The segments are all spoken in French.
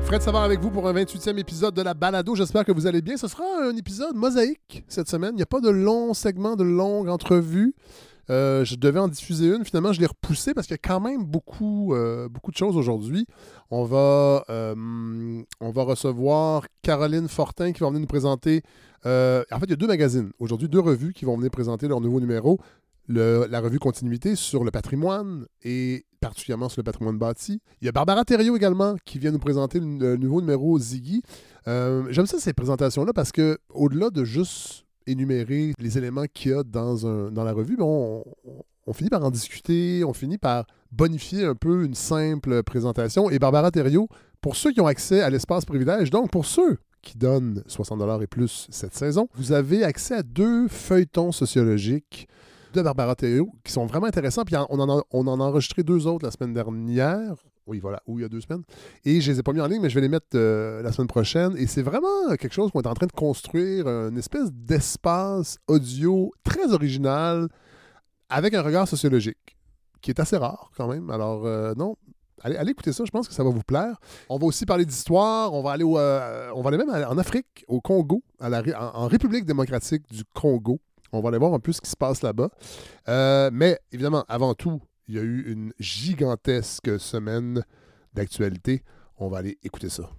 Fred Savard avec vous pour un 28e épisode de la balado. J'espère que vous allez bien. Ce sera un épisode mosaïque cette semaine. Il n'y a pas de long segment, de longue entrevue. Je devais en diffuser une. Finalement, je l'ai repoussé parce qu'il y a quand même beaucoup de choses aujourd'hui. On va recevoir Caroline Fortin qui va venir nous présenter... en fait, il y a 2 magazines. Aujourd'hui, 2 revues qui vont venir présenter leur nouveau numéro. La revue Continuité sur le patrimoine et particulièrement sur le patrimoine bâti. Il y a Barbara Thériault également qui vient nous présenter le nouveau numéro Ziggy. J'aime ça, ces présentations-là, parce que au-delà de juste énumérer les éléments qu'il y a dans la revue, on finit par en discuter, on finit par bonifier un peu une simple présentation. Et Barbara Thériault, pour ceux qui ont accès à l'espace privilège, donc pour ceux qui donnent 60$ et plus cette saison, vous avez accès à 2 feuilletons sociologiques de Barbara Thériault qui sont vraiment intéressants. Puis on en a enregistré 2 autres la semaine dernière. Oui, voilà, il y a 2 semaines. Et je les ai pas mis en ligne, mais je vais les mettre la semaine prochaine. Et c'est vraiment quelque chose qu'on est en train de construire, une espèce d'espace audio très original avec un regard sociologique, qui est assez rare quand même. Alors, non, allez écouter ça, je pense que ça va vous plaire. On va aussi parler d'histoire, on va aller même en Afrique, au Congo, en République démocratique du Congo. On va aller voir un peu ce qui se passe là-bas. Mais évidemment, avant tout, il y a eu une gigantesque semaine d'actualité. On va aller écouter ça.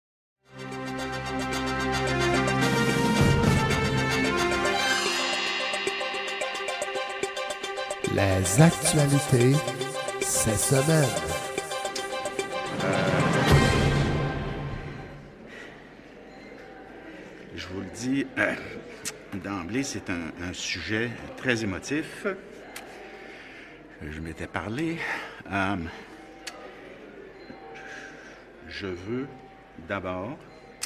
Les actualités cette semaine. Je vous le dis d'emblée, c'est un sujet très émotif. Je m'étais parlé. Je veux d'abord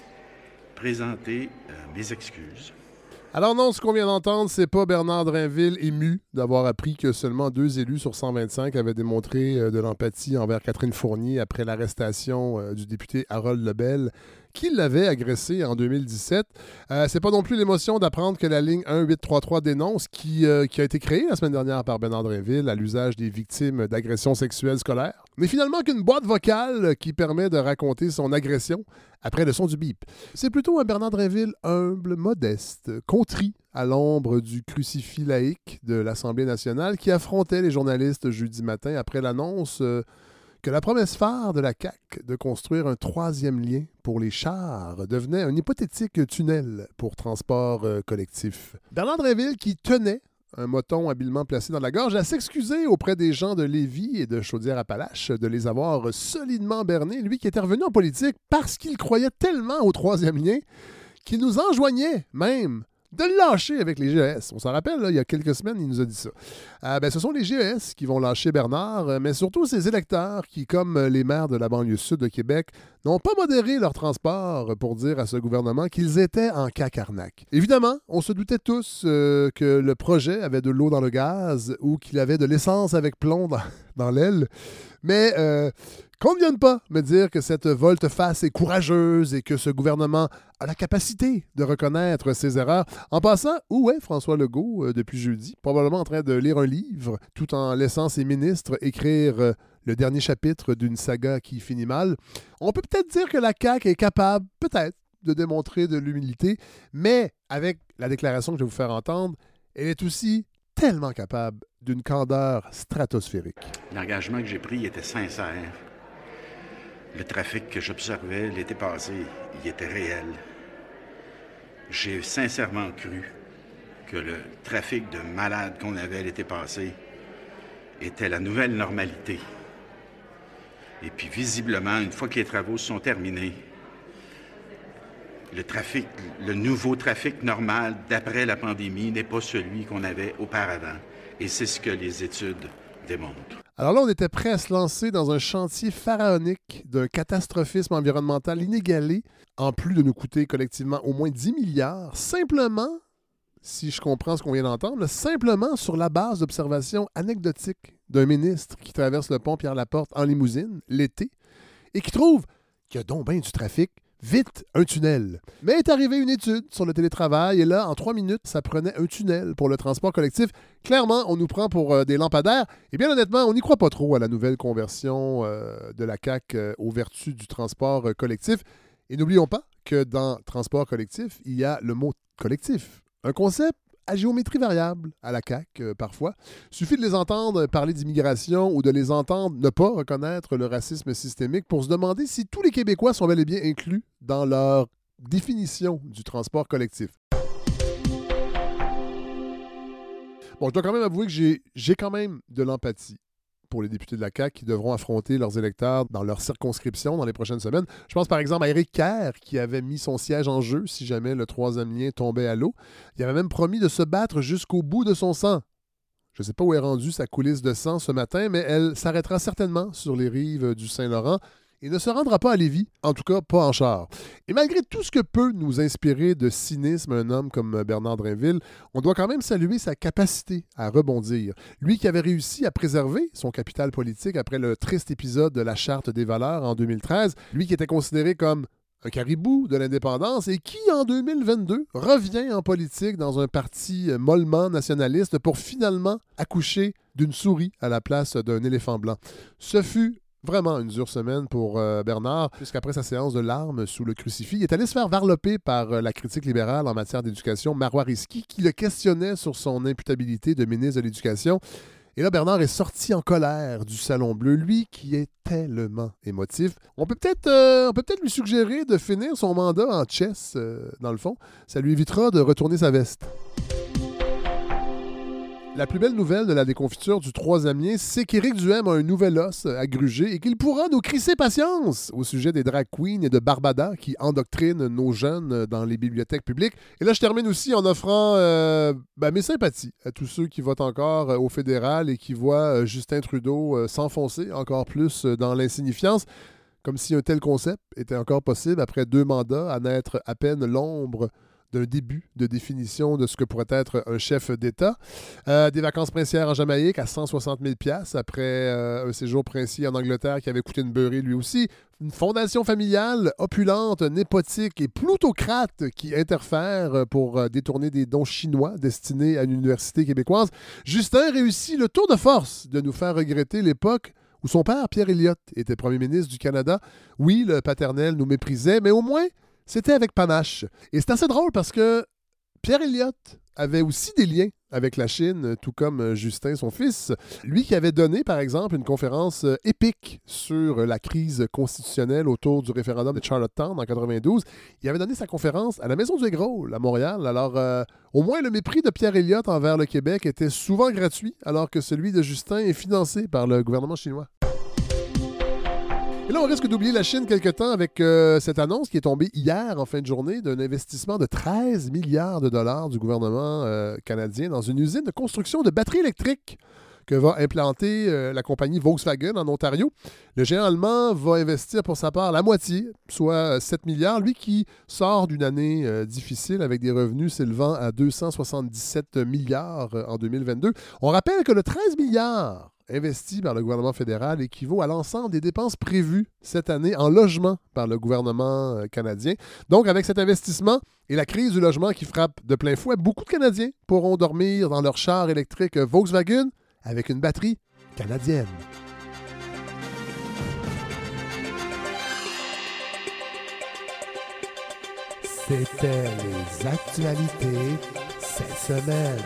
présenter mes excuses. Alors non, ce qu'on vient d'entendre, c'est pas Bernard Drinville ému d'avoir appris que seulement 2 élus sur 125 avaient démontré de l'empathie envers Catherine Fournier après l'arrestation du député Harold Lebel, qui l'avait agressé en 2017. C'est pas non plus l'émotion d'apprendre que la ligne 1833 dénonce, qui a été créée la semaine dernière par Bernard Drinville à l'usage des victimes d'agressions sexuelles scolaires, mais finalement qu'une boîte vocale qui permet de raconter son agression après le son du bip. C'est plutôt un Bernard Drinville humble, modeste, contrit à l'ombre du crucifix laïque de l'Assemblée nationale qui affrontait les journalistes jeudi matin après l'annonce que la promesse phare de la CAQ de construire un 3e lien pour les chars devenait un hypothétique tunnel pour transport collectif. Bernard Drinville qui tenait un moton habilement placé dans la gorge, à s'excuser auprès des gens de Lévis et de Chaudière-Appalaches de les avoir solidement bernés, lui qui était revenu en politique parce qu'il croyait tellement au 3e lien qu'il nous enjoignait même de le lâcher avec les GES. On s'en rappelle, là, il y a quelques semaines, il nous a dit ça. Ce sont les GES qui vont lâcher Bernard, mais surtout ses électeurs qui, comme les maires de la banlieue sud de Québec, n'ont pas modéré leur transport pour dire à ce gouvernement qu'ils étaient en cacarnaque. Évidemment, on se doutait tous que le projet avait de l'eau dans le gaz ou qu'il avait de l'essence avec plomb dans l'aile, mais qu'on ne vienne pas me dire que cette volte-face est courageuse et que ce gouvernement a la capacité de reconnaître ses erreurs. En passant, où est François Legault depuis jeudi? Probablement en train de lire un livre, tout en laissant ses ministres écrire le dernier chapitre d'une saga qui finit mal. On peut peut-être dire que la CAQ est capable, peut-être, de démontrer de l'humilité, mais avec la déclaration que je vais vous faire entendre, elle est aussi tellement capable d'une candeur stratosphérique. L'engagement que j'ai pris était sincère. Le trafic que j'observais l'été passé, il était réel. J'ai sincèrement cru que le trafic de malades qu'on avait l'été passé était la nouvelle normalité. Et puis visiblement, une fois que les travaux sont terminés, le nouveau trafic normal d'après la pandémie n'est pas celui qu'on avait auparavant. Et c'est ce que les études démontrent. Alors là, on était prêt à se lancer dans un chantier pharaonique d'un catastrophisme environnemental inégalé, en plus de nous coûter collectivement au moins 10 milliards, simplement, si je comprends ce qu'on vient d'entendre, simplement sur la base d'observations anecdotiques d'un ministre qui traverse le pont Pierre-Laporte en limousine l'été et qui trouve qu'il y a donc bien du trafic Vite, un tunnel. Mais est arrivée une étude sur le télétravail et là, en 3 minutes, ça prenait un tunnel pour le transport collectif. Clairement, on nous prend pour des lampadaires. Et bien honnêtement, on n'y croit pas trop à la nouvelle conversion de la CAQ aux vertus du transport collectif. Et n'oublions pas que dans transport collectif, il y a le mot collectif. Un concept à géométrie variable à la CAQ, parfois. Suffit de les entendre parler d'immigration ou de les entendre ne pas reconnaître le racisme systémique pour se demander si tous les Québécois sont bel et bien inclus dans leur définition du transport collectif. Bon, je dois quand même avouer que j'ai quand même de l'empathie pour les députés de la CAQ qui devront affronter leurs électeurs dans leur circonscription dans les prochaines semaines. Je pense par exemple à Éric Kerr qui avait mis son siège en jeu si jamais le troisième lien tombait à l'eau. Il avait même promis de se battre jusqu'au bout de son sang. Je ne sais pas où est rendue sa coulisse de sang ce matin, mais elle s'arrêtera certainement sur les rives du Saint-Laurent et ne se rendra pas à Lévis, en tout cas pas en char. Et malgré tout ce que peut nous inspirer de cynisme un homme comme Bernard Drinville, on doit quand même saluer sa capacité à rebondir. Lui qui avait réussi à préserver son capital politique après le triste épisode de la Charte des valeurs en 2013, lui qui était considéré comme un caribou de l'indépendance et qui, en 2022, revient en politique dans un parti mollement nationaliste pour finalement accoucher d'une souris à la place d'un éléphant blanc. Ce fut vraiment une dure semaine pour Bernard, puisqu'après sa séance de larmes sous le crucifix, il est allé se faire varloper par la critique libérale en matière d'éducation, Marois Risky, qui le questionnait sur son imputabilité de ministre de l'Éducation. Et là, Bernard est sorti en colère du Salon Bleu, lui qui est tellement émotif. On peut peut-être lui suggérer de finir son mandat en chess, dans le fond. Ça lui évitera de retourner sa veste. La plus belle nouvelle de la déconfiture du troisième lien, c'est qu'Éric Duhem a un nouvel os à gruger et qu'il pourra nous crisser patience au sujet des drag queens et de Barbada qui endoctrinent nos jeunes dans les bibliothèques publiques. Et là, je termine aussi en offrant mes sympathies à tous ceux qui votent encore au fédéral et qui voient Justin Trudeau s'enfoncer encore plus dans l'insignifiance, comme si un tel concept était encore possible après 2 mandats à n'être à peine l'ombre d'un début de définition de ce que pourrait être un chef d'État. Des vacances princières en Jamaïque à 160 000 $ après un séjour princier en Angleterre qui avait coûté une beurrée lui aussi. Une fondation familiale opulente, népotique et plutocrate qui interfère pour détourner des dons chinois destinés à une université québécoise. Justin réussit le tour de force de nous faire regretter l'époque où son père, Pierre Elliott, était premier ministre du Canada. Oui, le paternel nous méprisait, mais au moins c'était avec panache. Et c'est assez drôle parce que Pierre Elliott avait aussi des liens avec la Chine, tout comme Justin, son fils. Lui qui avait donné, par exemple, une conférence épique sur la crise constitutionnelle autour du référendum de Charlottetown en 92. Il avait donné sa conférence à la Maison du Aigrole, à Montréal. Alors, au moins, le mépris de Pierre Elliott envers le Québec était souvent gratuit, alors que celui de Justin est financé par le gouvernement chinois. Et là, on risque d'oublier la Chine quelque temps avec cette annonce qui est tombée hier en fin de journée d'un investissement de 13 milliards de dollars du gouvernement canadien dans une usine de construction de batteries électriques que va implanter la compagnie Volkswagen en Ontario. Le géant allemand va investir pour sa part la moitié, soit 7 milliards, lui qui sort d'une année difficile avec des revenus s'élevant à 277 milliards en 2022. On rappelle que le 13 milliards investi par le gouvernement fédéral équivaut à l'ensemble des dépenses prévues cette année en logement par le gouvernement canadien. Donc, avec cet investissement et la crise du logement qui frappe de plein fouet, beaucoup de Canadiens pourront dormir dans leur char électrique Volkswagen avec une batterie canadienne. C'était les actualités cette semaine.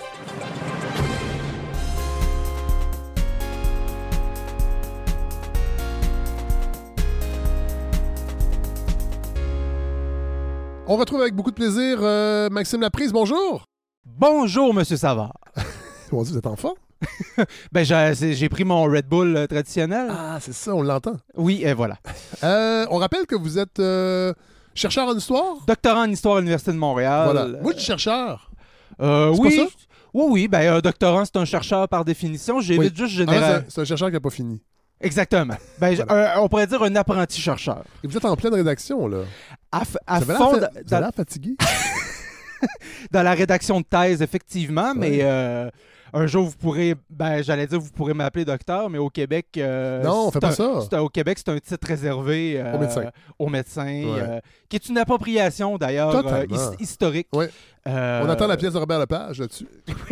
On retrouve avec beaucoup de plaisir Maxime Laprise. Bonjour! Bonjour, Monsieur Savard. Comment vous êtes en forme? Ben, j'ai pris mon Red Bull traditionnel. Ah, c'est ça, on l'entend. Oui, et voilà. On rappelle que vous êtes chercheur en histoire? Doctorant en histoire à l'Université de Montréal. Voilà. Moi, je suis chercheur. Oui. Pas ça? Oui. Ben, un doctorant, c'est un chercheur par définition. J'évite juste général. C'est un chercheur qui n'a pas fini. Exactement. Ben, voilà. On pourrait dire un apprenti chercheur. Et vous êtes en pleine rédaction, là. Vous avez l'air fatigué? Dans la rédaction de thèse, effectivement, mais un jour, vous pourrez, j'allais dire, vous pourrez m'appeler docteur, mais au Québec... Non, on fait pas ça. Au Québec, c'est un titre réservé aux médecins, Ouais. qui est une appropriation, d'ailleurs, historique. Ouais. On attend la pièce de Robert Lepage là-dessus.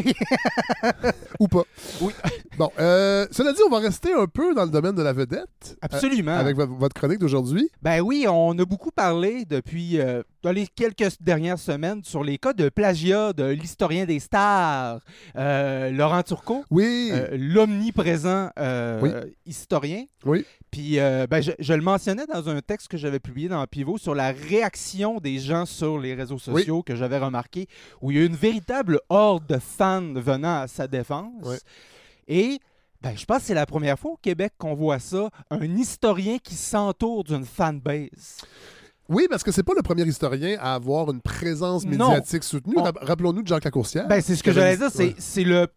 Ou pas. Oui. Bon, cela dit, on va rester un peu dans le domaine de la vedette. Absolument. Avec votre chronique d'aujourd'hui. Ben oui, on a beaucoup parlé depuis dans les quelques dernières semaines sur les cas de plagiat de l'historien des stars, Laurent Turcot. Oui. L'omniprésent historien. Oui. Puis je le mentionnais dans un texte que j'avais publié dans Pivot sur la réaction des gens sur les réseaux sociaux que j'avais remarqué, où il y a une véritable horde de fans venant à sa défense. Oui. Et je pense que c'est la première fois au Québec qu'on voit ça, un historien qui s'entoure d'une fanbase. Oui, parce que c'est pas le premier historien à avoir une présence médiatique soutenue. Rappelons-nous de Jacques Lacourcière. C'est ce que j'allais dire, c'est le...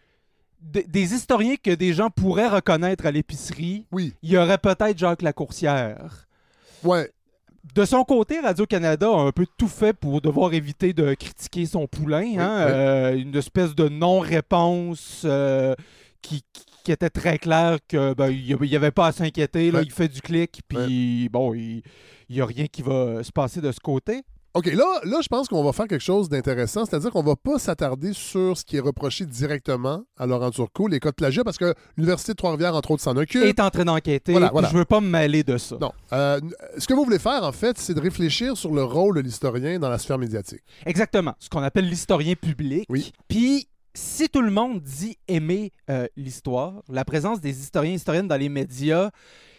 Des historiens que des gens pourraient reconnaître à l'épicerie. Oui. Il y aurait peut-être Jacques Lacourcière. Ouais. De son côté, Radio-Canada a un peu tout fait pour devoir éviter de critiquer son poulain. Une espèce de non-réponse qui était très clair qu'il n'y avait pas à s'inquiéter. Là, il fait du clic, puis il n'y a rien qui va se passer de ce côté. OK, là, je pense qu'on va faire quelque chose d'intéressant, c'est-à-dire qu'on va pas s'attarder sur ce qui est reproché directement à Laurent Turcot, les cas de plagiat, parce que l'Université de Trois-Rivières, entre autres, s'en occupe. Est en train d'enquêter, voilà. Je veux pas me mêler de ça. Non. Ce que vous voulez faire, en fait, c'est de réfléchir sur le rôle de l'historien dans la sphère médiatique. Exactement, ce qu'on appelle l'historien public. Oui. Puis, si tout le monde dit aimer l'histoire, la présence des historiens et historiennes dans les médias...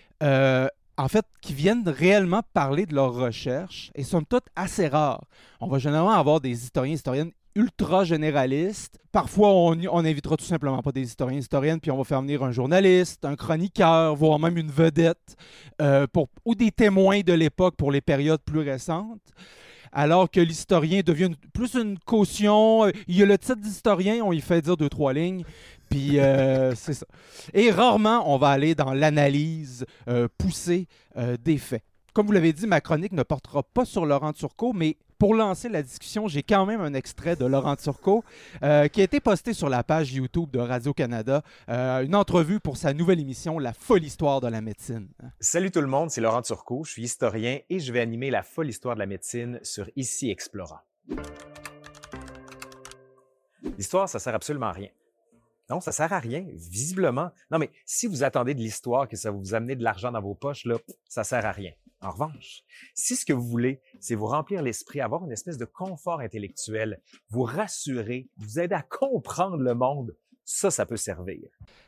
en fait, qui viennent réellement parler de leurs recherches, et somme toute assez rares. On va généralement avoir des historiens et historiennes ultra généralistes. Parfois, on invitera tout simplement pas des historiens et historiennes, puis on va faire venir un journaliste, un chroniqueur, voire même une vedette, ou des témoins de l'époque pour les périodes plus récentes. Alors que l'historien devient plus une caution. Il y a le titre d'historien, on y fait dire 2-3 lignes. Puis c'est ça. Et rarement, on va aller dans l'analyse poussée des faits. Comme vous l'avez dit, ma chronique ne portera pas sur Laurent Turcot, mais pour lancer la discussion, j'ai quand même un extrait de Laurent Turcot qui a été posté sur la page YouTube de Radio-Canada. Une entrevue pour sa nouvelle émission, La folle histoire de la médecine. Salut tout le monde, c'est Laurent Turcot. Je suis historien et je vais animer La folle histoire de la médecine sur Ici Explorant. L'histoire, ça sert absolument à rien. Non, ça sert à rien, visiblement. Non, mais si vous attendez de l'histoire que ça va vous amener de l'argent dans vos poches, là, ça sert à rien. En revanche, si ce que vous voulez, c'est vous remplir l'esprit, avoir une espèce de confort intellectuel, vous rassurer, vous aider à comprendre le monde, ça peut servir.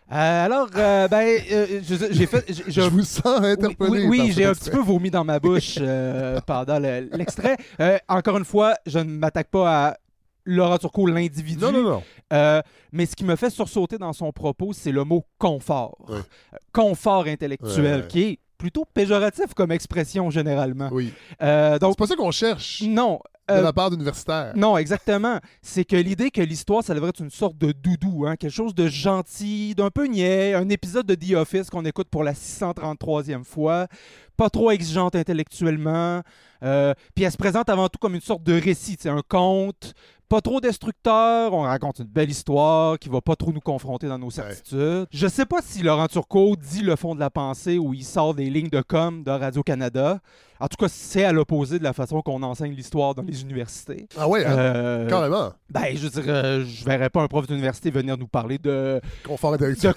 J'ai fait... Je vous sens interpellé. Oui, j'ai un petit peu vomi dans ma bouche pendant l'extrait. Encore une fois, je ne m'attaque pas à Laurent Turcot, l'individu. Non. Mais ce qui me fait sursauter dans son propos, c'est le mot confort. Oui. Confort intellectuel, qui est plutôt péjoratif comme expression généralement. Oui. Donc, c'est pas ça qu'on cherche. Non. De la part d'universitaires. Non, exactement. C'est que l'idée que l'histoire, ça devrait être une sorte de doudou, quelque chose de gentil, d'un peu niais, un épisode de The Office qu'on écoute pour la 633e fois, pas trop exigeante intellectuellement, puis elle se présente avant tout comme une sorte de récit, un conte, pas trop destructeur, on raconte une belle histoire qui va pas trop nous confronter dans nos certitudes. Je sais pas si Laurent Turcot dit le fond de la pensée ou il sort des lignes de com de Radio-Canada. En tout cas, c'est à l'opposé de la façon qu'on enseigne l'histoire dans les universités. Ah ouais, carrément. Je veux dire, je verrais pas un prof d'université venir nous parler de confort intellectuel.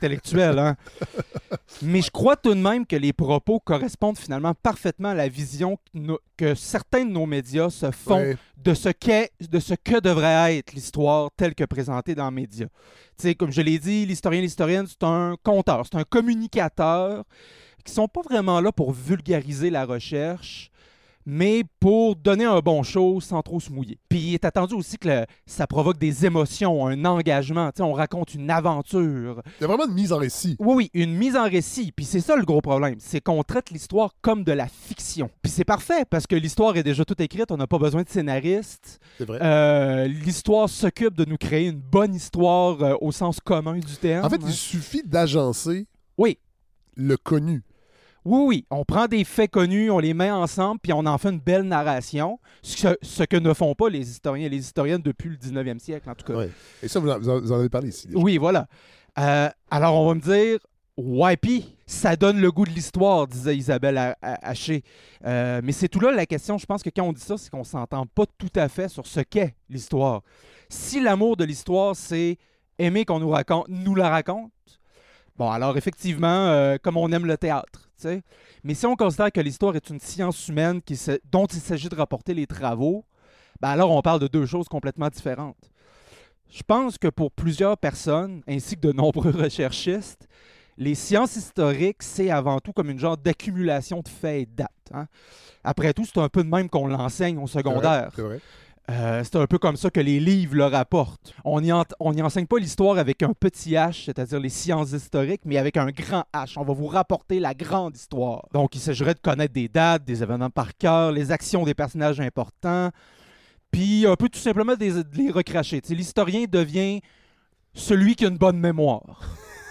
Mais je crois tout de même que les propos correspondent finalement parfaitement à la vision que certains de nos médias se font de ce que devrait être l'histoire telle que présentée dans les médias. Tu sais, comme je l'ai dit, l'historienne, c'est un conteur, c'est un communicateur qui sont pas vraiment là pour vulgariser la recherche, mais pour donner un bon show sans trop se mouiller. Puis il est attendu aussi que ça provoque des émotions, un engagement. On raconte une aventure. Il y a vraiment une mise en récit. Oui, une mise en récit. Puis c'est ça le gros problème, c'est qu'on traite l'histoire comme de la fiction. Puis c'est parfait, parce que l'histoire est déjà toute écrite, on n'a pas besoin de scénariste. C'est vrai. L'histoire s'occupe de nous créer une bonne histoire au sens commun du terme. En fait, il suffit d'agencer le connu. Oui, on prend des faits connus, on les met ensemble, puis on en fait une belle narration, ce que ne font pas les historiens et les historiennes depuis le 19e siècle, en tout cas. Ouais. Et ça, vous en avez parlé ici. Déjà. Oui, voilà. Alors, on va me dire, ouais, puis ça donne le goût de l'histoire, disait Isabelle Haché. Mais c'est tout là la question. Je pense que quand on dit ça, c'est qu'on s'entend pas tout à fait sur ce qu'est l'histoire. Si l'amour de l'histoire, c'est aimer qu'on nous la raconte, bon, alors effectivement, comme on aime le théâtre. T'sais. Mais si on considère que l'histoire est une science humaine dont il s'agit de rapporter les travaux, ben alors on parle de deux choses complètement différentes. Je pense que pour plusieurs personnes, ainsi que de nombreux recherchistes, les sciences historiques, c'est avant tout comme une genre d'accumulation de faits et de dates. Hein. Après tout, c'est un peu de même qu'on l'enseigne au secondaire. C'est vrai. C'est un peu comme ça que les livres le rapportent. On n'y enseigne pas l'histoire avec un petit H, c'est-à-dire les sciences historiques, mais avec un grand H. On va vous rapporter la grande histoire. Donc, il s'agirait de connaître des dates, des événements par cœur, les actions des personnages importants, puis un peu tout simplement de les recracher. T'sais, l'historien devient celui qui a une bonne mémoire.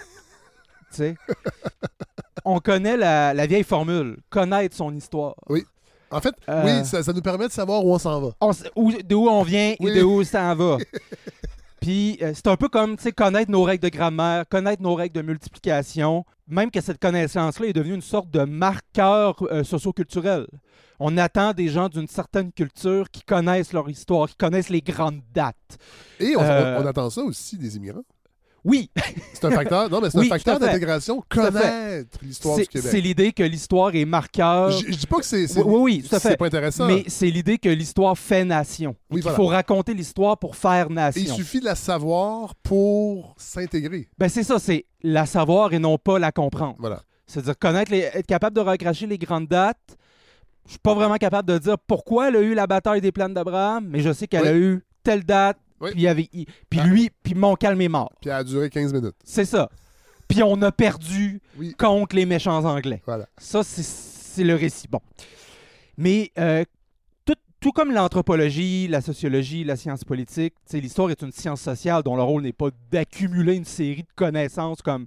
On connaît la vieille formule, connaître son histoire. Oui. En fait, oui, ça nous permet de savoir où on s'en va. De où on vient et de où ça en va. Puis c'est un peu comme connaître nos règles de grammaire, connaître nos règles de multiplication, même que cette connaissance-là est devenue une sorte de marqueur socio-culturel. On attend des gens d'une certaine culture qui connaissent leur histoire, qui connaissent les grandes dates. Et on attend ça aussi des immigrants. Oui. C'est un facteur, non, mais c'est un facteur d'intégration, connaître l'histoire du Québec. C'est l'idée que l'histoire est marqueur. Je dis pas que c'est oui, tout à fait. C'est pas intéressant. Mais c'est l'idée que l'histoire fait nation. Oui, voilà. Il faut raconter l'histoire pour faire nation. Et il suffit de la savoir pour s'intégrer. Ben c'est ça, c'est la savoir et non pas la comprendre. Voilà. C'est-à-dire être capable de recracher les grandes dates. Je suis pas vraiment capable de dire pourquoi elle a eu la bataille des plaines d'Abraham, mais je sais qu'elle a eu telle date. Oui. Puis Montcalm est mort. Puis elle a duré 15 minutes. C'est ça. Puis on a perdu contre les méchants Anglais. Voilà. Ça, c'est le récit. Bon. Mais tout comme l'anthropologie, la sociologie, la science politique, l'histoire est une science sociale dont le rôle n'est pas d'accumuler une série de connaissances comme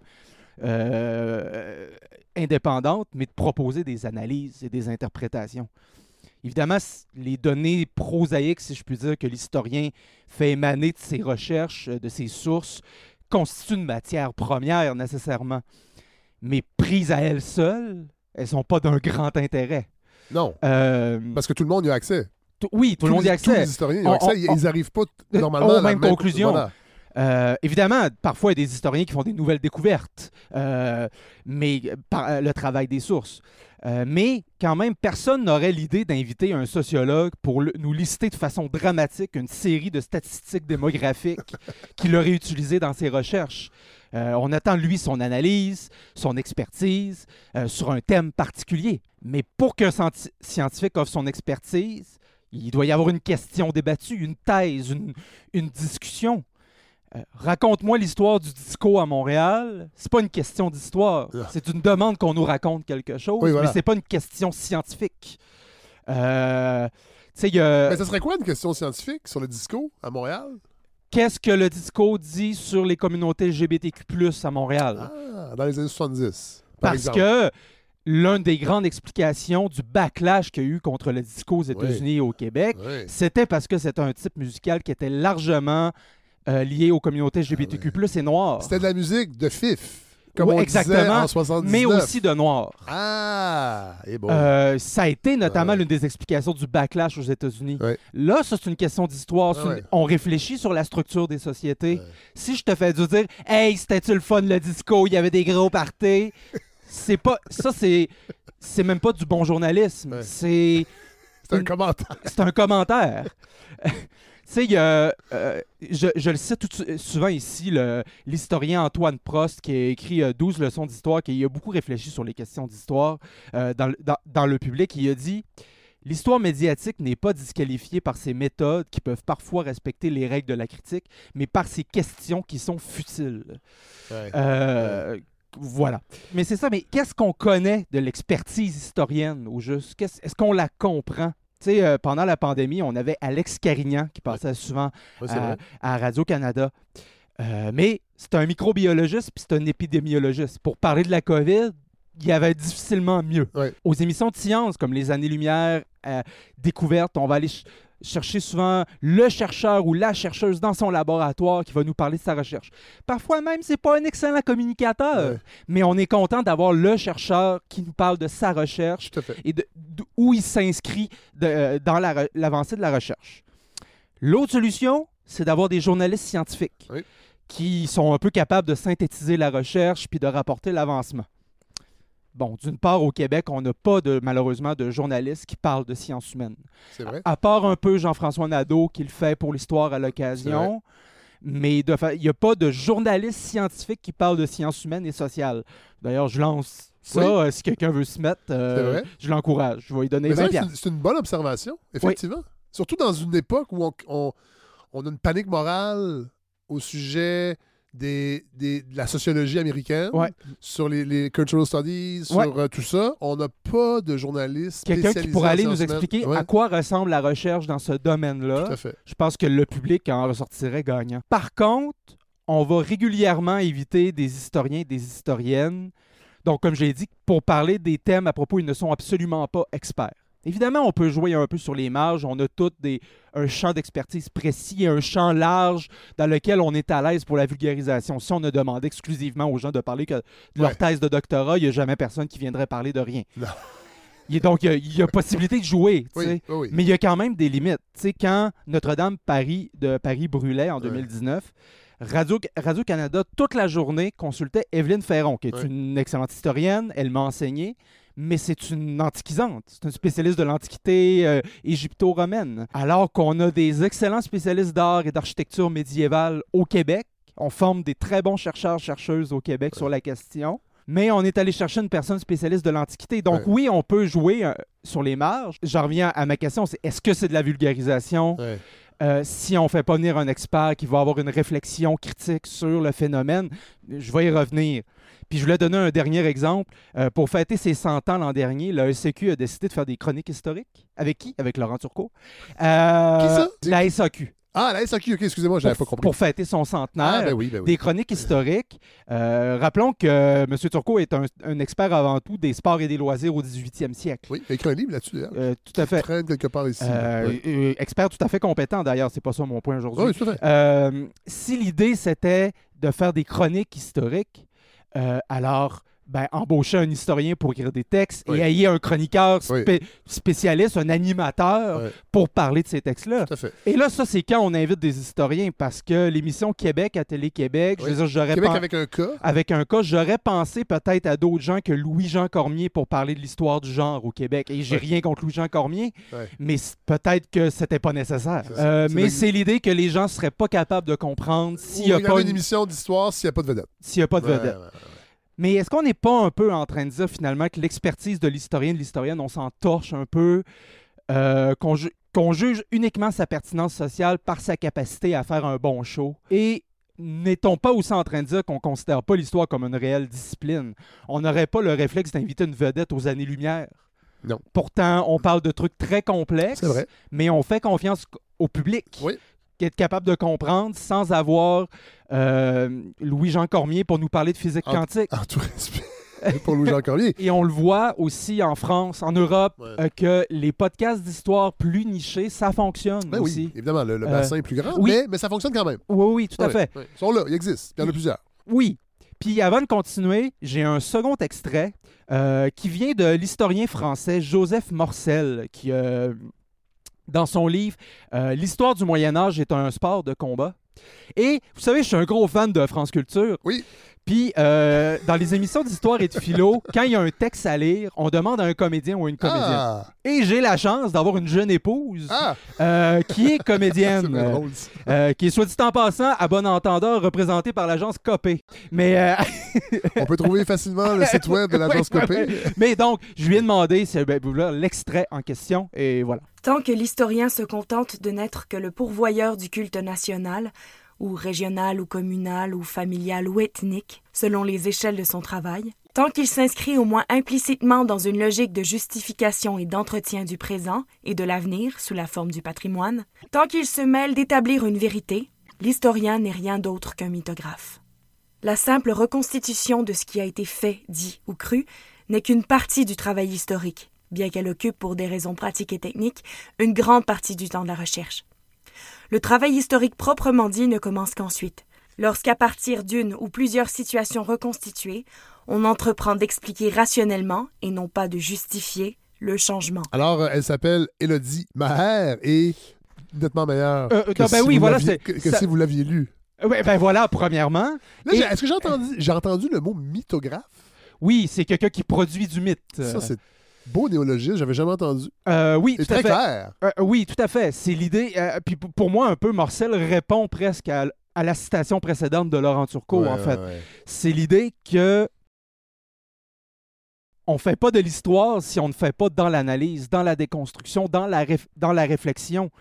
indépendantes, mais de proposer des analyses et des interprétations. Évidemment, les données prosaïques, si je puis dire, que l'historien fait émaner de ses recherches, de ses sources, constituent une matière première nécessairement. Mais prises à elles seules, elles ne sont pas d'un grand intérêt. Non, parce que tout le monde y a accès. Oui, tout le monde y a accès. Tous les historiens y ont accès, ils n'arrivent pas normalement aux à la mêmes conclusions. Voilà. Évidemment, parfois, il y a des historiens qui font des nouvelles découvertes, mais par le travail des sources. Mais quand même, personne n'aurait l'idée d'inviter un sociologue pour nous lister de façon dramatique une série de statistiques démographiques qu'il aurait utilisées dans ses recherches. On attend de lui son analyse, son expertise sur un thème particulier. Mais pour qu'un scientifique offre son expertise, il doit y avoir une question débattue, une thèse, une discussion. Raconte-moi l'histoire du disco à Montréal. C'est pas une question d'histoire. C'est une demande qu'on nous raconte quelque chose, mais c'est pas une question scientifique. Mais ça serait quoi une question scientifique sur le disco à Montréal? Qu'est-ce que le disco dit sur les communautés LGBTQ+ à Montréal? Ah, dans les années 70, par exemple. Que l'une des grandes explications du backlash qu'il y a eu contre le disco aux États-Unis et au Québec, c'était parce que c'était un type musical qui était largement lié aux communautés LGBTQ+, et noires. C'était de la musique de fif, comme on disait en 79. Mais aussi de noirs. Ah! Et bon. Ça a été notamment l'une des explications du backlash aux États-Unis. Là, ça, c'est une question d'histoire. On réfléchit sur la structure des sociétés. Si je te fais dire « Hey, c'était-tu le fun, le disco? Il y avait des gros parties? » C'est pas... Ça, c'est même pas du bon journalisme. C'est un commentaire. C'est un commentaire. Tu sais, je le cite souvent ici, l'historien Antoine Prost, qui a écrit 12 leçons d'histoire, qui a beaucoup réfléchi sur les questions d'histoire dans le public. Il a dit « L'histoire médiatique n'est pas disqualifiée par ses méthodes qui peuvent parfois respecter les règles de la critique, mais par ses questions qui sont futiles. » Voilà. Mais c'est ça, mais qu'est-ce qu'on connaît de l'expertise historienne, au juste? Est-ce qu'on la comprend? Tu sais, pendant la pandémie, on avait Alex Carignan qui passait souvent à Radio-Canada. Mais c'est un microbiologiste puis c'est un épidémiologiste. Pour parler de la COVID, il y avait difficilement mieux. Ouais. Aux émissions de science, comme les Années-Lumière, Découverte, on va aller chercher souvent le chercheur ou la chercheuse dans son laboratoire qui va nous parler de sa recherche. Parfois même, c'est pas un excellent communicateur, mais on est content d'avoir le chercheur qui nous parle de sa recherche Tout à fait. et où il s'inscrit dans l'avancée de la recherche. L'autre solution, c'est d'avoir des journalistes scientifiques qui sont un peu capables de synthétiser la recherche puis de rapporter l'avancement. Bon, d'une part, au Québec, on n'a pas malheureusement de journalistes qui parlent de sciences humaines. C'est vrai. À part un peu Jean-François Nadeau qui le fait pour l'histoire à l'occasion, mais il n'y a pas de journalistes scientifiques qui parlent de sciences humaines et sociales. D'ailleurs, je lance ça. Si quelqu'un veut se mettre, je l'encourage. Je vais lui donner 20 piastres. C'est une bonne observation, effectivement. Oui. Surtout dans une époque où on a une panique morale au sujet de la sociologie américaine, sur les cultural studies, sur tout ça. On n'a pas de journaliste quelqu'un qui pourrait aller nous expliquer à quoi ressemble la recherche dans ce domaine-là. Tout à fait. Je pense que le public en ressortirait gagnant. Par contre, on va régulièrement éviter des historiens et des historiennes. Donc, comme je l'ai dit, pour parler des thèmes à propos, ils ne sont absolument pas experts. Évidemment, on peut jouer un peu sur les marges. On a tous un champ d'expertise précis, un champ large dans lequel on est à l'aise pour la vulgarisation. Si on a demandé exclusivement aux gens de parler que de leur thèse de doctorat, il n'y a jamais personne qui viendrait parler de rien. Non. Donc, il y a possibilité de jouer. Oui. Mais il y a quand même des limites. T'sais, quand Notre-Dame de Paris brûlait en 2019, Radio-Canada, toute la journée, consultait Evelyne Ferron, qui est une excellente historienne. Elle m'a enseigné. Mais c'est une antiquisante. C'est une spécialiste de l'Antiquité égypto-romaine. Alors qu'on a des excellents spécialistes d'art et d'architecture médiévale au Québec. On forme des très bons chercheurs-chercheuses au Québec sur la question. Mais on est allé chercher une personne spécialiste de l'Antiquité. Donc oui, on peut jouer sur les marges. J'en reviens à ma question, c'est est-ce que c'est de la vulgarisation? Si on ne fait pas venir un expert qui va avoir une réflexion critique sur le phénomène, je vais y revenir. Puis je voulais donner un dernier exemple. Pour fêter ses 100 ans l'an dernier, la SAQ a décidé de faire des chroniques historiques. Avec qui? Avec Laurent Turcot. Qui ça? La SAQ. Ah, la SAQ, ok, excusez-moi, je n'avais pas compris. Pour fêter son centenaire, ben oui. des chroniques historiques. Rappelons que M. Turcot est un expert avant tout des sports et des loisirs au 18e siècle. Oui, il a écrit un livre là-dessus, d'ailleurs. Tout à fait. Traîne quelque part ici. Expert tout à fait compétent, d'ailleurs, c'est pas ça mon point aujourd'hui. Oui, tout à fait. Si l'idée, c'était de faire des chroniques historiques, alors... embaucher un historien pour écrire des textes et ayez un chroniqueur spécialiste, un animateur pour parler de ces textes-là. Tout à fait. Et là, ça, c'est quand on invite des historiens parce que l'émission Québec à Télé-Québec, je veux dire, Québec avec un cas. Avec un cas, j'aurais pensé peut-être à d'autres gens que Louis-Jean Cormier pour parler de l'histoire du genre au Québec. Et j'ai rien contre Louis-Jean Cormier, mais peut-être que c'était pas nécessaire. C'est l'idée que les gens seraient pas capables de comprendre s'il n'y a pas une émission d'histoire s'il n'y a pas de vedette. S'il n'y a pas de vedette. Mais est-ce qu'on n'est pas un peu en train de dire finalement que l'expertise de l'historien, de l'historienne, on s'en torche un peu, qu'on juge uniquement sa pertinence sociale par sa capacité à faire un bon show? Et n'est-on pas aussi en train de dire qu'on ne considère pas l'histoire comme une réelle discipline? On n'aurait pas le réflexe d'inviter une vedette aux Années-Lumière. Non. Pourtant, on parle de trucs très complexes, mais on fait confiance au public. Oui. Être capable de comprendre sans avoir Louis-Jean Cormier pour nous parler de physique quantique. En tout respect pour Louis-Jean Cormier. Et on le voit aussi en France, en Europe, que les podcasts d'histoire plus nichés, ça fonctionne aussi. Oui, évidemment, le bassin est plus grand, mais ça fonctionne quand même. Oui, tout à fait. Ils sont là, ils existent, il y en a plusieurs. Oui. Puis avant de continuer, j'ai un second extrait qui vient de l'historien français Joseph Morcel, qui... dans son livre « L'histoire du Moyen-Âge est un sport de combat ». Et vous savez, je suis un gros fan de France Culture. Oui. Puis, dans les émissions d'histoire et de philo, quand il y a un texte à lire, on demande à un comédien ou une comédienne. Et j'ai la chance d'avoir une jeune épouse qui est comédienne, qui est, soit dit en passant, à bon entendeur, représentée par l'agence Copé. Mais on peut trouver facilement le site web de l'agence Copé. Mais donc, je lui ai demandé l'extrait en question, et voilà. Tant que l'historien se contente de n'être que le pourvoyeur du culte national, ou régional ou communal ou familial ou ethnique, selon les échelles de son travail, tant qu'il s'inscrit au moins implicitement dans une logique de justification et d'entretien du présent et de l'avenir sous la forme du patrimoine, tant qu'il se mêle d'établir une vérité, l'historien n'est rien d'autre qu'un mythographe. La simple reconstitution de ce qui a été fait, dit ou cru n'est qu'une partie du travail historique, bien qu'elle occupe, pour des raisons pratiques et techniques, une grande partie du temps de la recherche. Le travail historique proprement dit ne commence qu'ensuite, lorsqu'à partir d'une ou plusieurs situations reconstituées, on entreprend d'expliquer rationnellement, et non pas de justifier, le changement. Alors, elle s'appelle Élodie Maher et nettement meilleure si vous l'aviez lu. Ben voilà, premièrement. Là, est-ce que j'ai entendu le mot mythographe? Oui, c'est quelqu'un qui produit du mythe. Ça, c'est beau néologisme, j'avais jamais entendu. Oui, c'est tout à très fait. clair. Oui, tout à fait. C'est l'idée. Puis pour moi, un peu, Marcel répond presque à la citation précédente de Laurent Turcot, en fait. Ouais. C'est l'idée que on ne fait pas de l'histoire si on ne fait pas dans l'analyse, dans la déconstruction, dans la réflexion.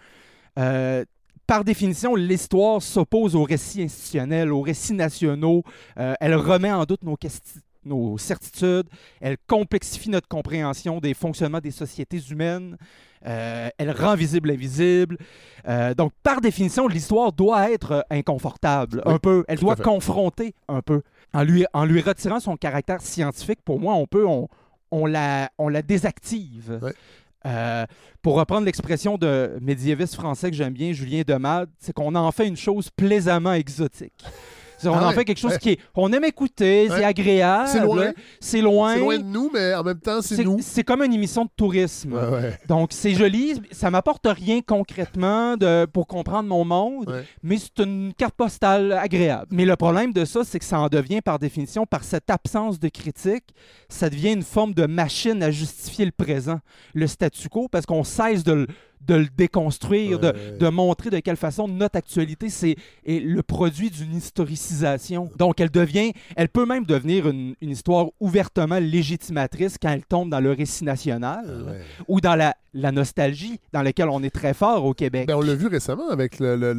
Par définition, l'histoire s'oppose aux récits institutionnels, aux récits nationaux. Elle remet en doute nos certitudes. Elle complexifie notre compréhension des fonctionnements des sociétés humaines. Elle rend visible l'invisible. Donc, par définition, l'histoire doit être inconfortable, un peu. Elle doit confronter un peu. En lui retirant son caractère scientifique, pour moi, on la désactive. Ouais. Pour reprendre l'expression de médiéviste français que j'aime bien, Julien Demade, c'est qu'on en fait une chose plaisamment exotique. On en fait quelque chose qui est... On aime écouter, c'est agréable. C'est loin. C'est loin. C'est loin de nous, mais en même temps, c'est nous. C'est comme une émission de tourisme. Ouais. Donc, c'est joli. Ça m'apporte rien concrètement pour comprendre mon monde, mais c'est une carte postale agréable. Mais le problème de ça, c'est que ça en devient, par définition, par cette absence de critique, ça devient une forme de machine à justifier le présent, le statu quo, parce qu'on cesse de le déconstruire, de montrer de quelle façon notre actualité est le produit d'une historicisation. Donc, elle peut même devenir une histoire ouvertement légitimatrice quand elle tombe dans le récit national ou dans la nostalgie dans laquelle on est très fort au Québec. Ben, on l'a vu récemment avec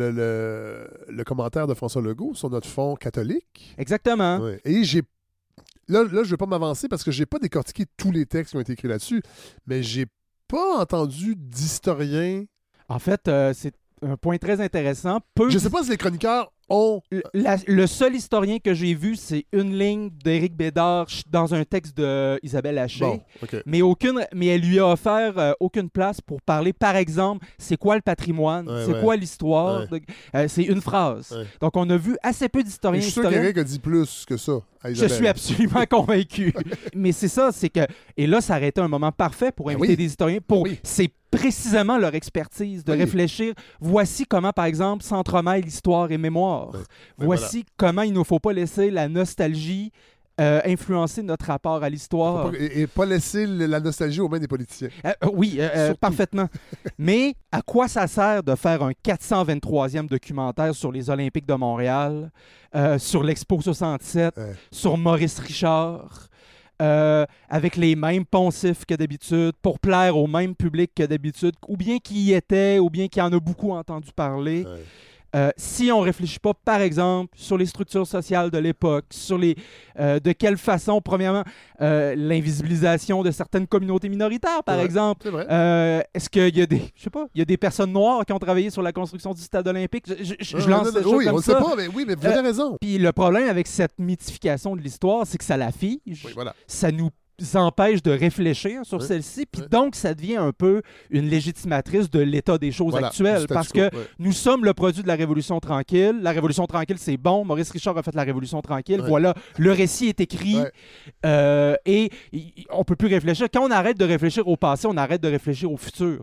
le commentaire de François Legault sur notre fonds catholique. Exactement. Ouais. Et Là, je ne vais pas m'avancer parce que je n'ai pas décortiqué tous les textes qui ont été écrits là-dessus, mais j'ai pas entendu d'historien. En fait, c'est un point très intéressant. Je sais pas si les chroniqueurs ont... Le seul historien que j'ai vu, c'est une ligne d'Éric Bédard dans un texte d'Isabelle Haché. Bon, okay. Mais elle lui a offert aucune place pour parler, par exemple, c'est quoi le patrimoine, quoi l'histoire. C'est une phrase. Ouais. Donc, on a vu assez peu d'historiens. Je suis sûr qu'Éric a dit plus que ça à Isabelle. Je suis absolument convaincu. Mais c'est ça, c'est que... Et là, ça aurait été un moment parfait pour inviter des historiens. C'est précisément leur expertise de réfléchir. Voici comment, par exemple, s'entremêlent l'histoire et mémoire. Voici comment il ne faut pas laisser la nostalgie influencer notre rapport à l'histoire. Et pas laisser la nostalgie aux mains des politiciens. Parfaitement. Mais à quoi ça sert de faire un 423e documentaire sur les Olympiques de Montréal, sur l'Expo 67, sur Maurice Richard, avec les mêmes poncifs que d'habitude, pour plaire au même public que d'habitude, ou bien qui y était, ou bien qui en a beaucoup entendu parler. Si on ne réfléchit pas, par exemple, sur les structures sociales de l'époque, sur de quelle façon, premièrement, l'invisibilisation de certaines communautés minoritaires, par exemple. C'est vrai. Est-ce qu'il y a il y a des personnes noires qui ont travaillé sur la construction du stade olympique? Je lance cette chose comme ça. On ne sait pas, mais vous avez raison. Puis le problème avec cette mythification de l'histoire, c'est que ça la fige. Ça nous empêche de réfléchir sur celle-ci, puis donc ça devient un peu une légitimatrice de l'état des choses actuelles, parce que nous sommes le produit de la Révolution tranquille. La Révolution tranquille, c'est bon. Maurice Richard a fait la Révolution tranquille. Voilà, le récit est écrit et on peut plus réfléchir. Quand on arrête de réfléchir au passé, on arrête de réfléchir au futur.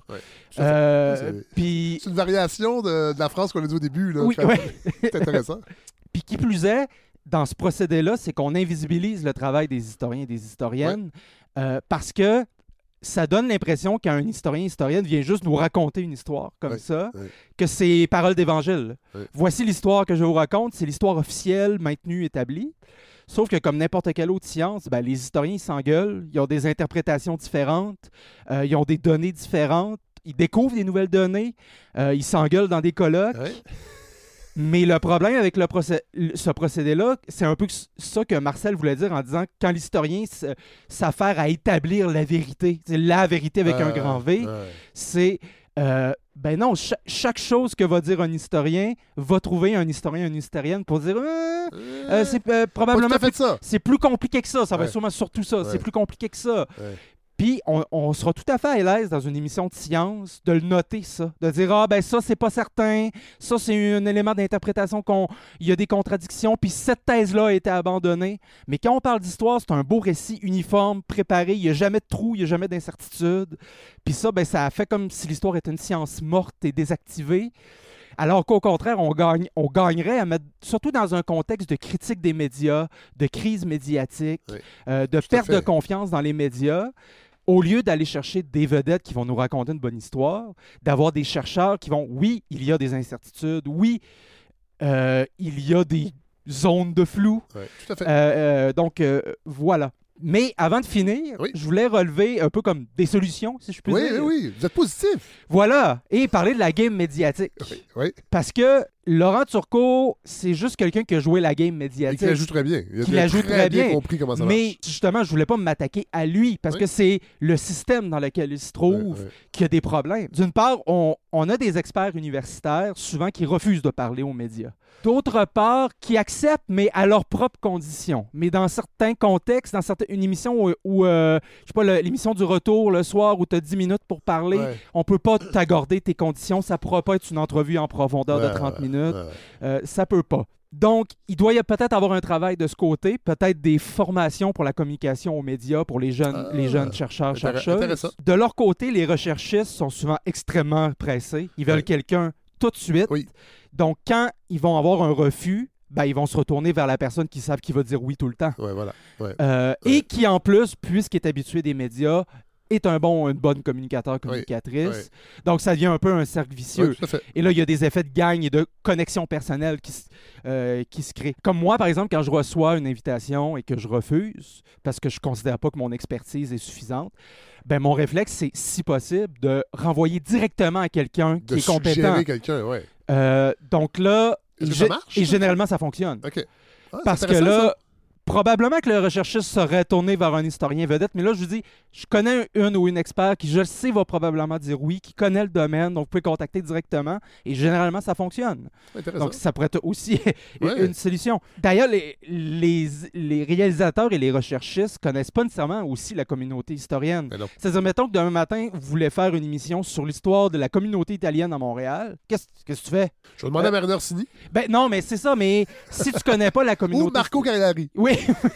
C'est une variation de la phrase qu'on a dit au début. Là, c'est intéressant. Puis qui plus est, dans ce procédé-là, c'est qu'on invisibilise le travail des historiens et des historiennes parce que ça donne l'impression qu'un historienne vient juste nous raconter une histoire comme ça, que c'est parole d'évangile. Voici l'histoire que je vous raconte, c'est l'histoire officielle, maintenue, établie. Sauf que comme n'importe quelle autre science, les historiens ils s'engueulent, ils ont des interprétations différentes, ils ont des données différentes, ils découvrent des nouvelles données, ils s'engueulent dans des colloques. Mais le problème avec ce procédé-là, c'est un peu ça que Marcel voulait dire en disant que quand l'historien s'affaire à établir la vérité, c'est la vérité avec un grand V, c'est Ben non, chaque chose que va dire un historien va trouver un historien, une historienne pour dire c'est probablement pas tout à fait ça. c'est plus compliqué que ça. Ça va Ouais. être sûrement surtout ça. Ouais. C'est plus compliqué que ça. Ouais. Puis on sera tout à fait à l'aise dans une émission de science de le noter, ça. De dire, ben ça, c'est pas certain. Ça, c'est un élément d'interprétation il y a des contradictions. Puis cette thèse-là a été abandonnée. Mais quand on parle d'histoire, c'est un beau récit uniforme, préparé. Il n'y a jamais de trou, il n'y a jamais d'incertitude. Puis ça, ben ça a fait comme si l'histoire était une science morte et désactivée. Alors qu'au contraire, on gagnerait à mettre, surtout dans un contexte de critique des médias, de crise médiatique, Oui. de Tout à perte de fait. confiance dans les médias, au lieu d'aller chercher des vedettes qui vont nous raconter une bonne histoire, d'avoir des chercheurs qui vont, oui, il y a des incertitudes, oui, il y a des zones de flou. Ouais, tout à fait. Donc, voilà. Mais avant de finir, Oui. je voulais relever un peu comme des solutions, si je puis Oui, dire. oui, vous êtes positif. Voilà. Et parler de la game médiatique. Oui, oui. Parce que Laurent Turcot, c'est juste quelqu'un qui a joué la game Et médiatique. qui la joue très bien. Qui la joue très bien. compris comment ça Mais marche. justement, je voulais pas m'attaquer à lui parce Oui. que c'est le système dans lequel il se trouve Ouais, ouais. qui a des problèmes. D'une part, on a des experts universitaires souvent qui refusent de parler aux médias. D'autre part, qui acceptent, mais à leurs propres conditions. Mais dans certains contextes, dans une émission où je sais pas, l'émission du retour le soir où tu as 10 minutes pour parler, Ouais. on peut pas t'accorder tes conditions. Ça pourra pas être une entrevue en profondeur de Ouais, 30 ouais, minutes. ouais. Ça peut pas. Donc, il doit peut-être avoir un travail de ce côté, peut-être des formations pour la communication aux médias pour les jeunes chercheurs, chercheuses. Intéressant. De leur côté, les recherchistes sont souvent extrêmement pressés. Ils veulent Ouais. quelqu'un tout de suite. Oui. Donc, quand ils vont avoir un refus, ben, ils vont se retourner vers la personne qui savent qu'il va dire oui tout le temps. Ouais, voilà. Ouais. Et qui, en plus, puisqu'il est habitué des médias, est une bonne communicateur, communicatrice. Oui. Donc, ça devient un peu un cercle vicieux. Ouais, tout à fait. Et là, il y a des effets de gagne et de connexion personnelle qui se créent. Comme moi, par exemple, quand je reçois une invitation et que je refuse, parce que je ne considère pas que mon expertise est suffisante, ben mon réflexe, c'est, si possible, de renvoyer directement à quelqu'un qui De est compétent. suggérer quelqu'un, ouais. Donc là, Est-ce que ça marche, et ça? généralement, ça fonctionne. OK. Ah, Parce c'est que intéressant, là, ça. probablement que le recherchiste serait tourné vers un historien vedette, mais là, je vous dis, je connais une ou une expert qui, je le sais, va probablement dire oui, qui connaît le domaine, donc vous pouvez contacter directement, et généralement, ça fonctionne. Intéressant. Donc, ça pourrait être aussi Ouais. une solution. D'ailleurs, les réalisateurs et les recherchistes connaissent pas nécessairement aussi la communauté historienne. Mais non. C'est-à-dire, mettons que demain matin, vous voulez faire une émission sur l'histoire de la communauté italienne à Montréal. Qu'est-ce que tu fais? Je vais demander à Marina Orsini Ben non, mais c'est ça, mais si tu connais pas la ou communauté... Marco Cagliari. Oui,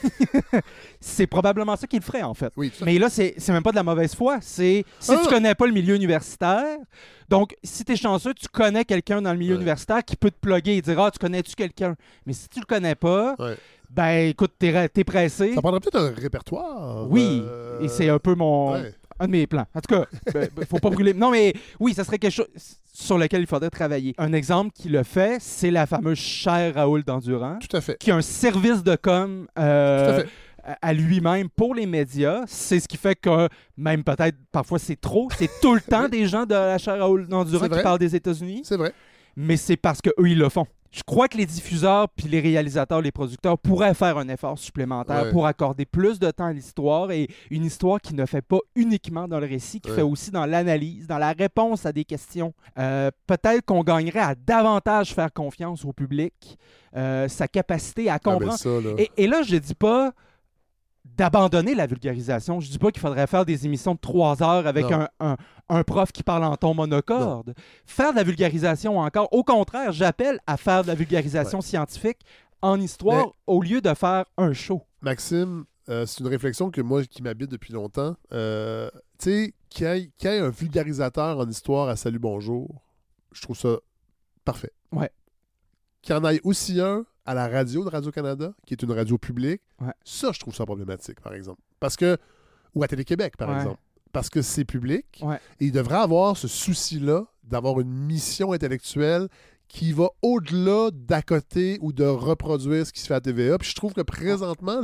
c'est probablement ça qu'il le ferait, en fait. Oui, tout à Mais là, c'est même pas de la mauvaise foi. C'est si tu connais pas le milieu universitaire, donc si tu es chanceux, tu connais quelqu'un dans le milieu Ouais. universitaire qui peut te plugger et dire « Ah, tu connais-tu quelqu'un? » Mais si tu le connais pas, Ouais. ben écoute, t'es pressé. Ça prendrait peut-être un répertoire. Oui, et c'est un peu ouais. un de mes plans. En tout cas, faut pas brûler. Non, mais oui, ça serait quelque chose sur lequel il faudrait travailler. Un exemple qui le fait, c'est la fameuse chaire Raoul d'Endurant, Tout à fait. qui a un service de com Tout à fait. à lui-même pour les médias. C'est ce qui fait que, même peut-être, parfois c'est trop, c'est tout le temps des gens de la chaire Raoul d'Endurant C'est qui vrai. parlent des États-Unis, C'est vrai. mais c'est parce qu'eux, ils le font. Je crois que les diffuseurs, puis les réalisateurs, les producteurs pourraient faire un effort supplémentaire Ouais. pour accorder plus de temps à l'histoire, et une histoire qui ne fait pas uniquement dans le récit, qui Ouais. fait aussi dans l'analyse, dans la réponse à des questions. Peut-être qu'on gagnerait à davantage faire confiance au public, sa capacité à Ah, ben comprendre. ça, là. Et là, je dis pas d'abandonner la vulgarisation. Je dis pas qu'il faudrait faire des émissions de 3 heures avec Non. un prof qui parle en ton monocorde. Faire de la vulgarisation encore. Au contraire, j'appelle à faire de la vulgarisation scientifique en histoire au lieu de faire un show. Maxime, c'est une réflexion qui m'habite depuis longtemps. Tu sais, qu'il y ait un vulgarisateur en histoire à Salut Bonjour, je trouve ça parfait. Ouais. Qu'il y en ait aussi un à la radio de Radio-Canada, qui est une radio publique, Ouais. ça, je trouve ça problématique, par exemple. Parce que, ou à Télé-Québec, par Ouais. exemple. Parce que c'est public, Ouais. et il devrait avoir ce souci-là d'avoir une mission intellectuelle qui va au-delà d'à côté ou de reproduire ce qui se fait à TVA. Puis je trouve que présentement,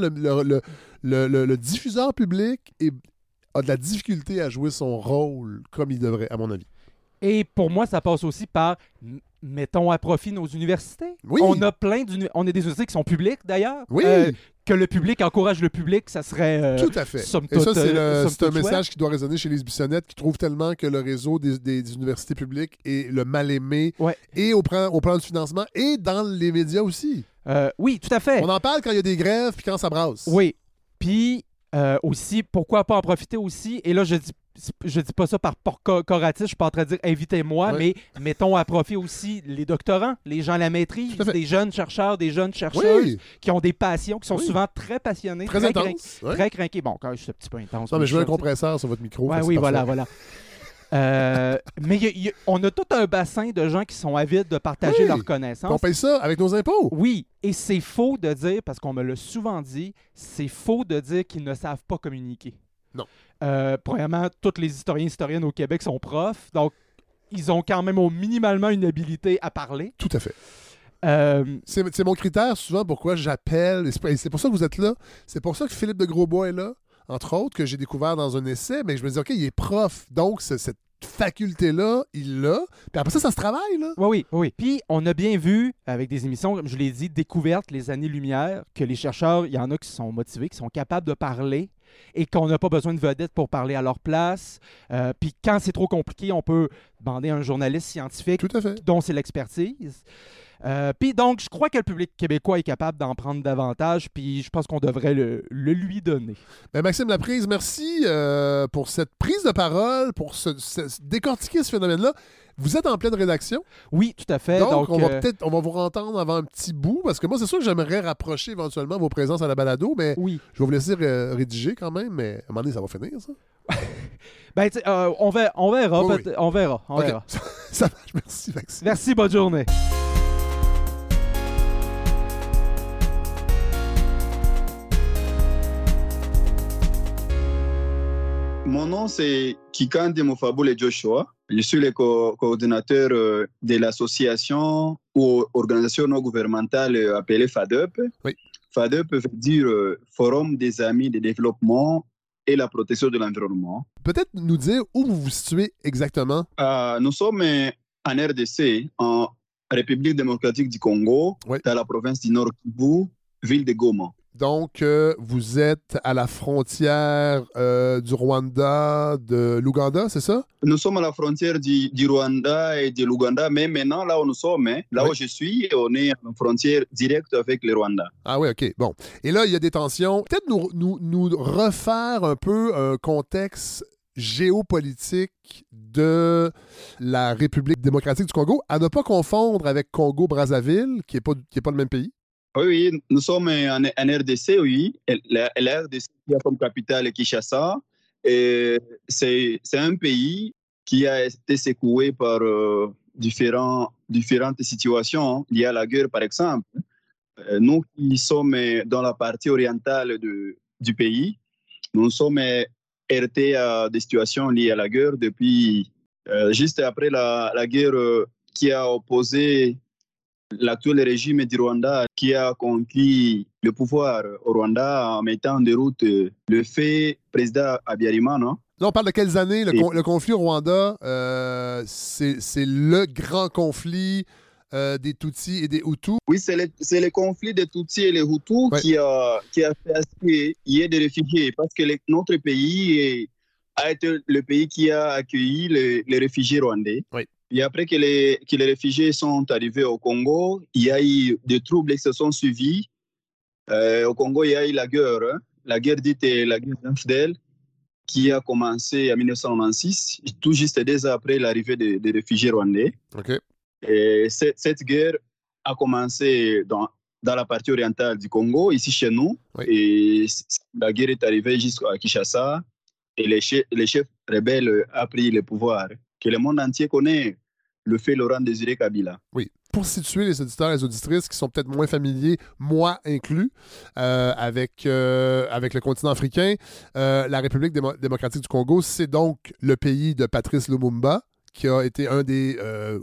le diffuseur public a de la difficulté à jouer son rôle comme il devrait, à mon avis. Et pour moi, ça passe aussi par mettons à profit nos universités. Oui. On a des universités qui sont publiques d'ailleurs. Oui. que le public encourage le public, ça serait... Tout à fait. somme Et ça, toute, somme c'est un toute message chouette. qui doit résonner chez les Bissonnette, qui trouvent tellement que le réseau des universités publiques est le mal-aimé, Ouais. et au plan du financement, et dans les médias aussi. Oui, tout à fait. On en parle quand il y a des grèves puis quand ça brasse. Oui. Puis aussi, pourquoi pas en profiter aussi? Et là, je dis pas ça par corporatif, je suis pas en train de dire invitez-moi, Ouais. mais mettons à profit aussi les doctorants, les gens à la maîtrise, Tout à fait. des jeunes chercheurs, des jeunes chercheuses Oui, qui ont des passions, qui sont Oui. souvent très passionnés, très intense. Ouais. très crinqués. Bon, quand je suis un petit peu intense. Non, mais je veux un ça, compresseur sur votre micro. Ouais, fait que oui, c'est voilà, parfait. voilà. Mais on a tout un bassin de gens qui sont avides de partager Oui. leurs Puis connaissances. on paye ça avec nos impôts. Oui, et c'est faux de dire, parce qu'on me l'a souvent dit, c'est faux de dire qu'ils ne savent pas communiquer. Non. Premièrement, tous les historiens et historiennes au Québec sont profs, donc ils ont quand même minimalement une habilité à parler. Tout à fait. Euh, C'est mon critère souvent pourquoi j'appelle. Et c'est pour ça que vous êtes là. C'est pour ça que Philippe de Grosbois est là, entre autres, que j'ai découvert dans un essai. Mais je me dis, OK, il est prof. Donc, cette faculté-là, il l'a. Puis après ça se travaille, là. Oui, oui, oui. Puis, on a bien vu, avec des émissions, comme je l'ai dit, découvertes, les années-lumière, que les chercheurs, il y en a qui sont motivés, qui sont capables de parler et qu'on n'a pas besoin de vedettes pour parler à leur place. Puis, quand c'est trop compliqué, on peut demander à un journaliste scientifique Tout à fait. dont c'est l'expertise. Puis donc, je crois que le public québécois est capable d'en prendre davantage, puis je pense qu'on devrait le lui donner. Ben, Maxime Laprise, merci pour cette prise de parole, pour décortiquer ce phénomène-là. Vous êtes en pleine rédaction, Oui, tout à fait. donc on va vous entendre avant un petit bout, parce que moi, c'est sûr que j'aimerais rapprocher éventuellement vos présences à la balado, mais oui. je vais vous laisser rédiger quand même, mais à un moment donné, ça va finir, ça. Ben, tu sais, on verra. Oui, peut-être- On verra. On OK. verra. Ça marche, merci Maxime. Merci, bonne journée. Mon nom, c'est Kikande Mofabole Joshua. Je suis le coordinateur de l'association ou organisation non gouvernementale appelée FADEP. Oui. FADEP veut dire Forum des Amis de Développement et la protection de l'environnement. Peut-être nous dire où vous vous situez exactement. Nous sommes en RDC, en République démocratique du Congo, Oui. dans la province du Nord Kivu, ville de Goma. Donc, vous êtes à la frontière du Rwanda, de l'Ouganda, c'est ça? Nous sommes à la frontière du Rwanda et de l'Ouganda, mais maintenant, là où nous sommes, là Oui. où je suis, on est en frontière directe avec le Rwanda. Ah oui, OK. Bon. Et là, il y a des tensions. Peut-être nous refaire un peu un contexte géopolitique de la République démocratique du Congo, à ne pas confondre avec Congo-Brazzaville, qui est pas le même pays. Oui, nous sommes en RDC, oui. Et la RDC qui a comme capitale Kinshasa. Et c'est un pays qui a été secoué par différentes situations liées à la guerre, par exemple. Nous qui sommes dans la partie orientale du pays, nous sommes heurtés à des situations liées à la guerre depuis juste après la guerre qui a opposé l'actuel régime du Rwanda, qui a conquis le pouvoir au Rwanda en mettant en route le fait président Habyarimana. Non? Là, on parle de quelles années? Le conflit au Rwanda, c'est le grand conflit des Tutsis et des Hutus. Oui, c'est le conflit des Tutsis et les Hutus Ouais. qui a fait à ce qu'il y ait des réfugiés. Parce que notre pays a été le pays qui a accueilli les réfugiés rwandais. Oui. Et après que les réfugiés sont arrivés au Congo, il y a eu des troubles qui se sont suivis. Au Congo, il y a eu la guerre. La guerre dite la guerre d'Infidèle, qui a commencé en 1996, tout juste 2 ans après l'arrivée des réfugiés rwandais. OK. Et cette guerre a commencé dans la partie orientale du Congo, ici chez nous. Oui. Et la guerre est arrivée jusqu'à Kinshasa. Et les chefs rebelles ont pris le pouvoir. Que le monde entier connaît, le fait Laurent Désiré Kabila. Oui. Pour situer les auditeurs et les auditrices qui sont peut-être moins familiers, moi inclus, avec le continent africain, la République démocratique du Congo, c'est donc le pays de Patrice Lumumba, qui a été un des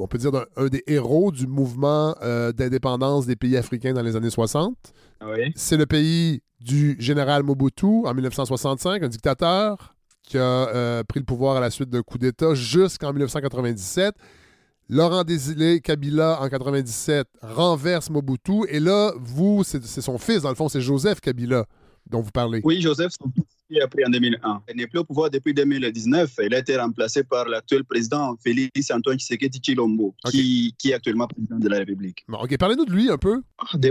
héros du mouvement d'indépendance des pays africains dans les années 60. Oui. C'est le pays du général Mobutu en 1965, un dictateur qui a pris le pouvoir à la suite d'un coup d'État jusqu'en 1997. Laurent Désiré Kabila, en 97, renverse Mobutu. Et là, vous, c'est son fils, dans le fond, c'est Joseph Kabila dont vous parlez. Oui, Joseph, son fils, qui a pris en 2001. Il n'est plus au pouvoir depuis 2019. Il a été remplacé par l'actuel président Félix Antoine Tshisekedi Tshilombo, qui est actuellement président de la République. Bon, OK, parlez-nous de lui un peu.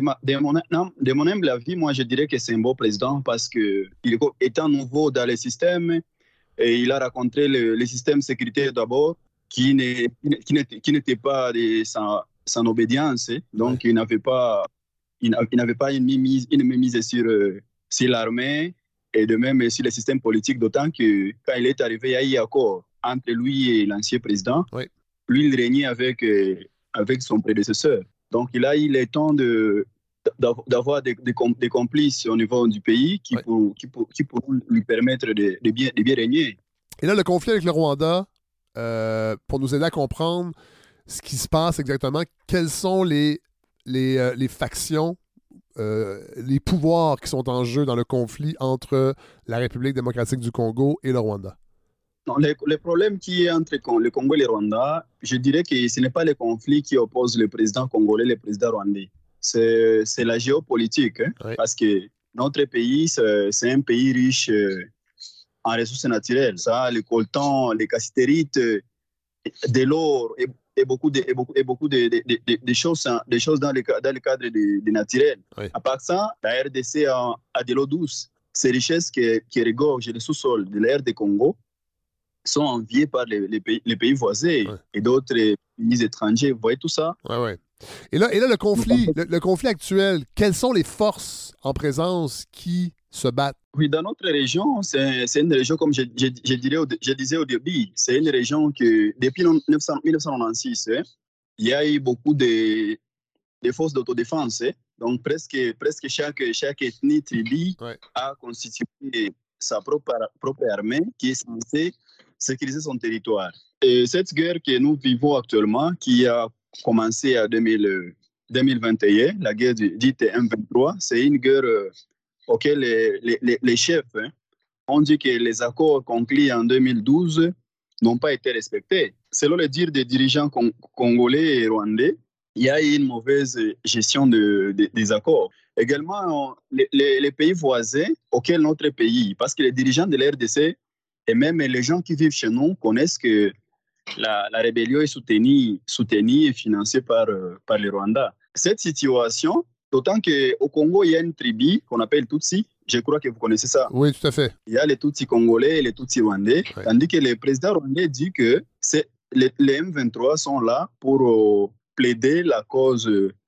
De mon humble avis, moi, je dirais que c'est un beau président parce qu'il étant nouveau dans le système, et il a rencontré le système sécuritaire d'abord, qui n'était pas sans obédience. Donc, il n'avait pas une mise sur l'armée et de même sur le système politique, d'autant que quand il est arrivé, il y a eu accord entre lui et l'ancien président. Oui. Lui, il régnait avec son prédécesseur. Donc, il a eu le temps d'avoir des complices au niveau du pays qui pourront lui permettre de bien régner. Et là, le conflit avec le Rwanda, pour nous aider à comprendre ce qui se passe exactement, quelles sont les factions, les pouvoirs qui sont en jeu dans le conflit entre la République démocratique du Congo et le Rwanda? Non, le problème qui est entre le Congo et le Rwanda, je dirais que ce n'est pas le conflit qui oppose le président congolais et le président rwandais. C'est la géopolitique, hein, oui. Parce que notre pays, c'est un pays riche en ressources naturelles. Ça, le coltan, les cassitérites, de l'or et beaucoup de choses dans le cadre du naturel. Oui. À part ça, la RDC a de l'eau douce. Ces richesses qui regorgent le sous-sol de la RD Congo sont enviées par les pays voisins et d'autres pays étrangers. Vous voyez tout ça? Oui. Et là, le conflit actuel, quelles sont les forces en présence qui se battent? Oui, dans notre région, c'est une région, comme je disais au début, c'est une région que depuis 1996, il y a eu beaucoup de forces d'autodéfense. Donc, presque chaque ethnie, tribu a constitué sa propre armée qui est censée sécuriser son territoire. Et cette guerre que nous vivons actuellement, qui a commencé en 2021, la guerre dite M23, c'est une guerre auquel les chefs ont dit que les accords conclus en 2012 n'ont pas été respectés. Selon le dire des dirigeants congolais et rwandais, il y a eu une mauvaise gestion des accords. Également, les pays voisins auxquels notre pays, parce que les dirigeants de la RDC et même les gens qui vivent chez nous connaissent que la rébellion est soutenue et financée par le Rwanda. Cette situation, d'autant qu'au Congo, il y a une tribu qu'on appelle Tutsi. Je crois que vous connaissez ça. Oui, tout à fait. Il y a les Tutsis congolais et les Tutsis rwandais. Oui. Tandis que le président rwandais dit que les M23 sont là pour plaider la cause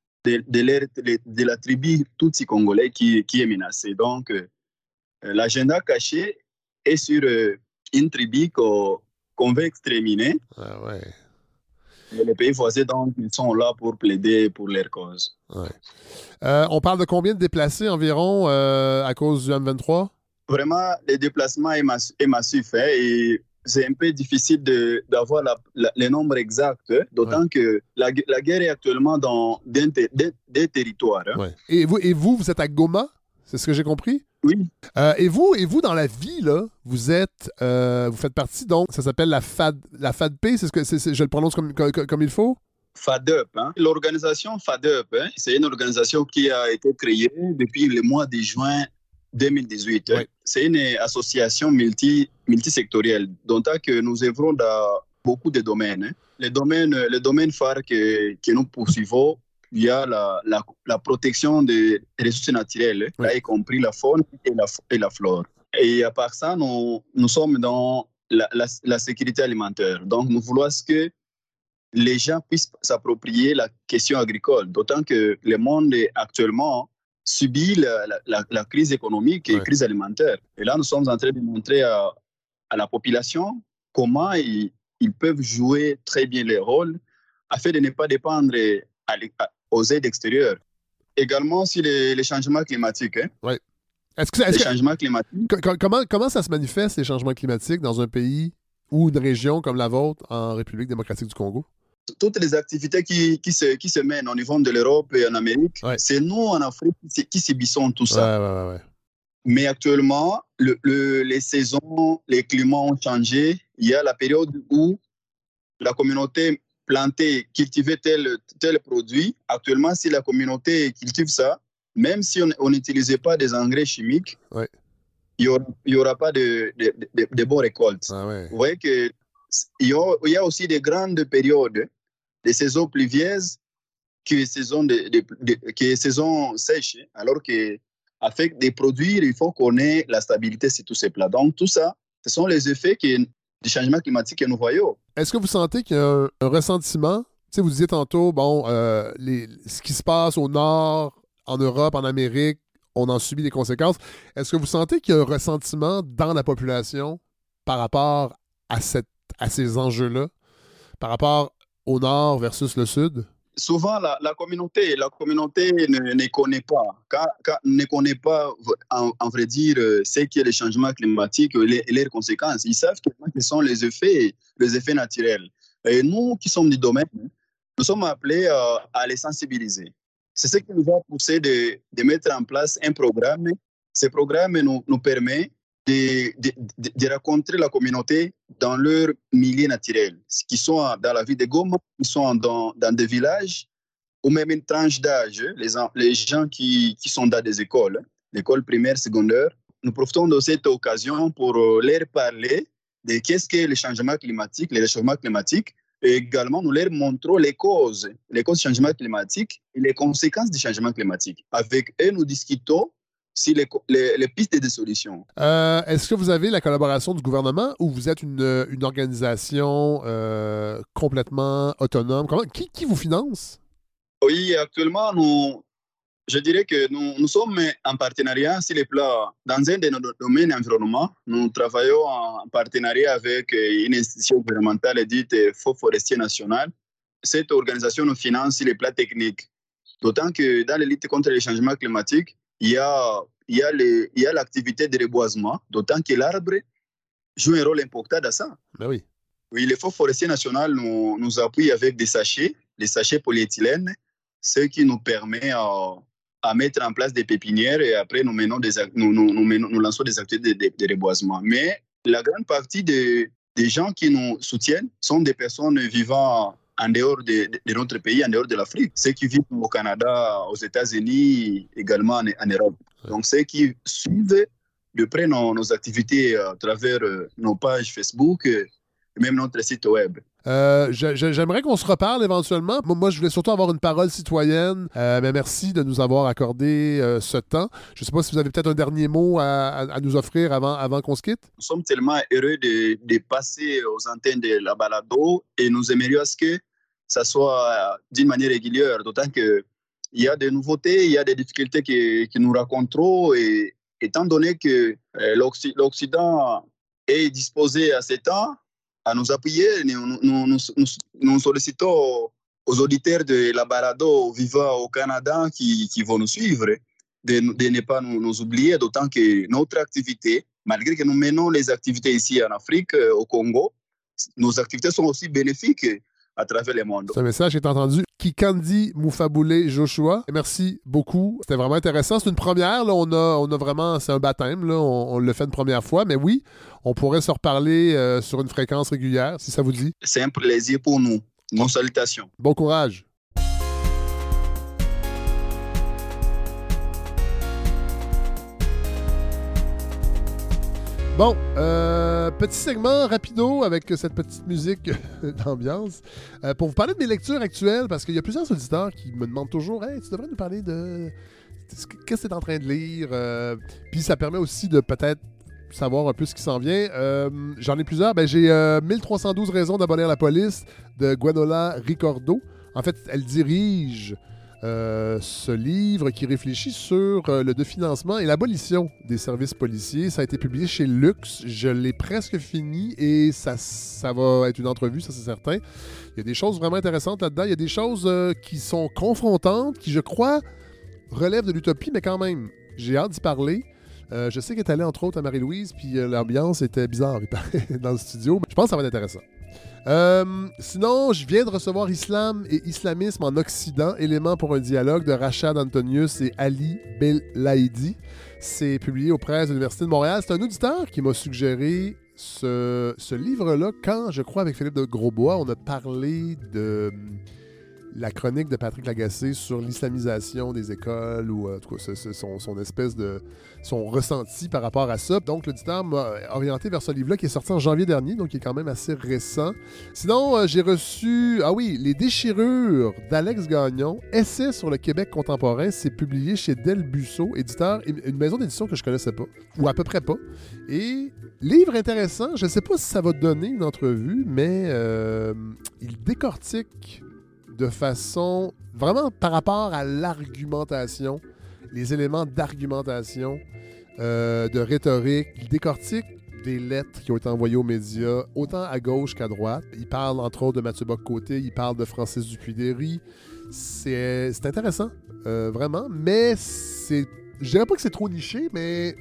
de la tribu Tutsi congolais qui est menacée. Donc, l'agenda caché est sur une tribu qu'on veut exterminer. Ah ouais. Et les pays voisins, donc, ils sont là pour plaider pour leur cause. Ouais. On parle de combien de déplacés environ à cause du M23? Vraiment, le déplacement est massif. Et c'est un peu difficile d'avoir les nombres exacts, d'autant que la guerre est actuellement dans des territoires. Ouais. Et vous êtes à Goma? C'est ce que j'ai compris? Oui. Et vous, dans la vie, là, vous faites partie, donc, ça s'appelle la FADP, je le prononce comme il faut? FADUP. Hein. L'organisation FADUP, c'est une organisation qui a été créée depuis le mois de juin 2018. Oui. C'est une association multisectorielle, dont que nous œuvrons dans beaucoup de domaines. Les domaines phares que nous poursuivons, il y a la protection des ressources naturelles, là, y compris la faune et la flore. Et à part ça, nous sommes dans la sécurité alimentaire. Donc, nous voulons que les gens puissent s'approprier la question agricole, d'autant que le monde actuellement subit la crise économique et la crise alimentaire. Et là, nous sommes en train de montrer à la population comment ils peuvent jouer très bien leur rôle afin de ne pas dépendre aux aides extérieures. Également sur les changements climatiques. Oui. Changements climatiques. Comment ça se manifeste, les changements climatiques, dans un pays ou une région comme la vôtre en République démocratique du Congo? Toutes les activités qui se mènent au niveau de l'Europe et en Amérique, c'est nous en Afrique qui subissons tout ça. Ouais. Mais actuellement, les saisons, les climats ont changé. Il y a la période où la communauté planter, cultiver tel produit. Actuellement, si la communauté cultive ça, même si on n'utilisait pas des engrais chimiques, Ouais. il n'y aura pas de bonnes récoltes. Ah ouais. Vous voyez qu'il y a aussi des grandes périodes, des saisons pluvieuses qui est saison sèche, alors qu'avec des produits, il faut qu'on ait la stabilité sur tous ces plats. Donc, tout ça, ce sont les effets du changement climatique que nous voyons. Est-ce que vous sentez qu'il y a un ressentiment? Tu sais, vous disiez tantôt, bon, ce qui se passe au nord, en Europe, en Amérique, on en subit les conséquences. Est-ce que vous sentez qu'il y a un ressentiment dans la population par rapport à ces enjeux-là, par rapport au nord versus le sud? Souvent, la communauté ne connaît pas, ne connaît pas, en vrai dire, ce qu'est le changement climatique et leurs conséquences. Ils savent quels sont les effets naturels. Et nous qui sommes du domaine, nous sommes appelés à les sensibiliser. C'est ce qui nous a poussé de mettre en place un programme. Ce programme nous permet de rencontrer la communauté dans leur milieu naturel, qui sont dans la ville de Goma, qui sont dans des villages, ou même une tranche d'âge, les gens qui sont dans des écoles, l'école primaire, secondaire. Nous profitons de cette occasion pour leur parler de qu'est-ce qu'est le changement climatique, le réchauffement climatique, et également nous leur montrons les causes du changement climatique et les conséquences du changement climatique. Avec eux, nous discutons sur les pistes de solutions. Est-ce que vous avez la collaboration du gouvernement ou vous êtes une organisation complètement autonome? Qui vous finance? Oui, actuellement, je dirais que nous sommes en partenariat sur les plans. Dans un de nos domaines environnement, nous travaillons en partenariat avec une institution gouvernementale dite Fonds forestier national. Cette organisation nous finance sur les plans techniques. D'autant que dans la lutte contre le changement climatique, il y a l'activité de reboisement, d'autant que l'arbre joue un rôle important dans ça. Ben oui. Oui, le Fonds forestier national nous appuie avec des sachets polyéthylène, ce qui nous permet à mettre en place des pépinières et après nous lançons des activités de reboisement. Mais la grande partie des gens qui nous soutiennent sont des personnes vivant en dehors de notre pays, en dehors de l'Afrique. Ceux qui vivent au Canada, aux États-Unis, également en Europe. Donc, ceux qui suivent de près nos activités à travers nos pages Facebook et même notre site web. J'aimerais qu'on se reparle éventuellement. Moi, je voulais surtout avoir une parole citoyenne. Mais merci de nous avoir accordé ce temps. Je ne sais pas si vous avez peut-être un dernier mot à nous offrir avant qu'on se quitte. Nous sommes tellement heureux de passer aux antennes de la balado et nous aimerions à ce que ça soit d'une manière régulière, d'autant qu'il y a des nouveautés, il y a des difficultés que nous rencontrons et étant donné que l'Occident est disposé à ce temps, à nous appuyer, nous sollicitons aux auditeurs de la balado vivant au Canada qui vont nous suivre de ne pas nous oublier, d'autant que notre activité, malgré que nous menons les activités ici en Afrique, au Congo, nos activités sont aussi bénéfiques à travers le monde. Ce message est entendu. Kikandi Moufaboulé Joshua, merci beaucoup. C'était vraiment intéressant. C'est une première. Là, on a vraiment, c'est un baptême. Là, on le fait une première fois. Mais oui, on pourrait se reparler sur une fréquence régulière, si ça vous dit. C'est un plaisir pour nous. Nos salutations. Bon courage. Bon, petit segment rapido avec cette petite musique d'ambiance pour vous parler de mes lectures actuelles, parce qu'il y a plusieurs auditeurs qui me demandent toujours « Hey, tu devrais nous parler de qu'est-ce que tu es en train de lire? » Puis ça permet aussi de peut-être savoir un peu ce qui s'en vient. J'en ai plusieurs. J'ai 1312 raisons d'abolir la police de Gwenola Ricordo. En fait, elle dirige ce livre qui réfléchit sur le définancement et l'abolition des services policiers. Ça a été publié chez Lux. Je l'ai presque fini et ça va être une entrevue, ça c'est certain. Il y a des choses vraiment intéressantes là-dedans. Il y a des choses qui sont confrontantes, qui je crois relèvent de l'utopie, mais quand même, j'ai hâte d'y parler. Je sais qu'elle est allée entre autres à Marie-Louise, puis l'ambiance était bizarre dans le studio, mais je pense que ça va être intéressant. Sinon, je viens de recevoir Islam et islamisme en Occident, éléments pour un dialogue de Rachad Antonius et Ali Belaïdi. C'est publié aux presses de l'Université de Montréal. C'est un auditeur qui m'a suggéré ce livre-là, quand, je crois, avec Philippe de Grosbois, on a parlé de la chronique de Patrick Lagacé sur l'islamisation des écoles, ou en tout cas, son espèce de... son ressenti par rapport à ça. Donc, l'auditeur m'a orienté vers ce livre-là qui est sorti en janvier dernier, donc qui est quand même assez récent. Sinon, j'ai reçu, Les déchirures d'Alex Gagnon, Essai sur le Québec contemporain. C'est publié chez Del Busso, éditeur, une maison d'édition que je connaissais pas, ou à peu près pas. Et livre intéressant, je ne sais pas si ça va donner une entrevue, mais il décortique de façon vraiment par rapport à l'argumentation, les éléments d'argumentation, de rhétorique. Il décortique des lettres qui ont été envoyées aux médias, autant à gauche qu'à droite. Il parle entre autres de Mathieu Bock-Côté, il parle de Francis Dupuis-Déry. C'est intéressant, vraiment, mais je dirais pas que c'est trop niché, mais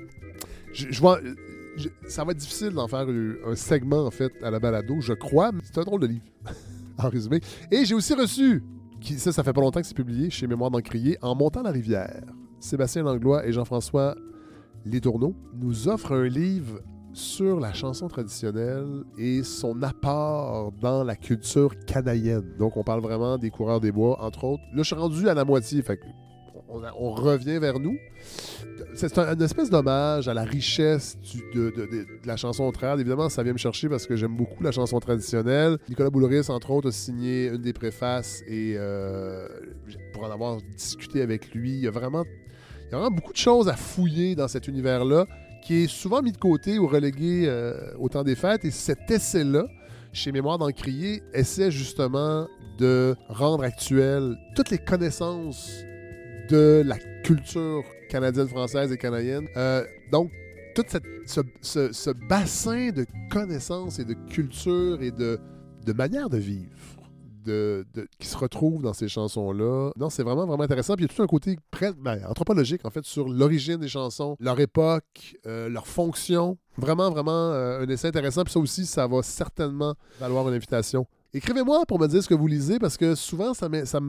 ça va être difficile d'en faire un segment, en fait, à la balado, je crois, mais c'est un drôle de livre. En résumé. Et j'ai aussi reçu, ça fait pas longtemps que c'est publié chez Mémoire d'Encrier, En montant la rivière. Sébastien Langlois et Jean-François Letourneau nous offrent un livre sur la chanson traditionnelle et son apport dans la culture canadienne. Donc, on parle vraiment des Coureurs des Bois, entre autres. Là, je suis rendu à la moitié, fait que on revient vers nous. C'est une espèce d'hommage à la richesse de la chanson trad. Évidemment, ça vient me chercher parce que j'aime beaucoup la chanson traditionnelle. Nicolas Boulris, entre autres, a signé une des préfaces et pour en avoir discuté avec lui, il y a vraiment beaucoup de choses à fouiller dans cet univers-là qui est souvent mis de côté ou relégué au temps des fêtes. Et cet essai-là, chez Mémoire d'Encrier, essaie justement de rendre actuelles toutes les connaissances de la culture canadienne, française et canadienne. Donc, tout ce bassin de connaissances et de culture et de manière de vivre qui se retrouve dans ces chansons-là. Non, c'est vraiment, vraiment intéressant. Puis il y a tout un côté anthropologique, en fait, sur l'origine des chansons, leur époque, leur fonction. Vraiment, vraiment un essai intéressant. Puis ça aussi, ça va certainement valoir une invitation. Écrivez-moi pour me dire ce que vous lisez, parce que souvent, ça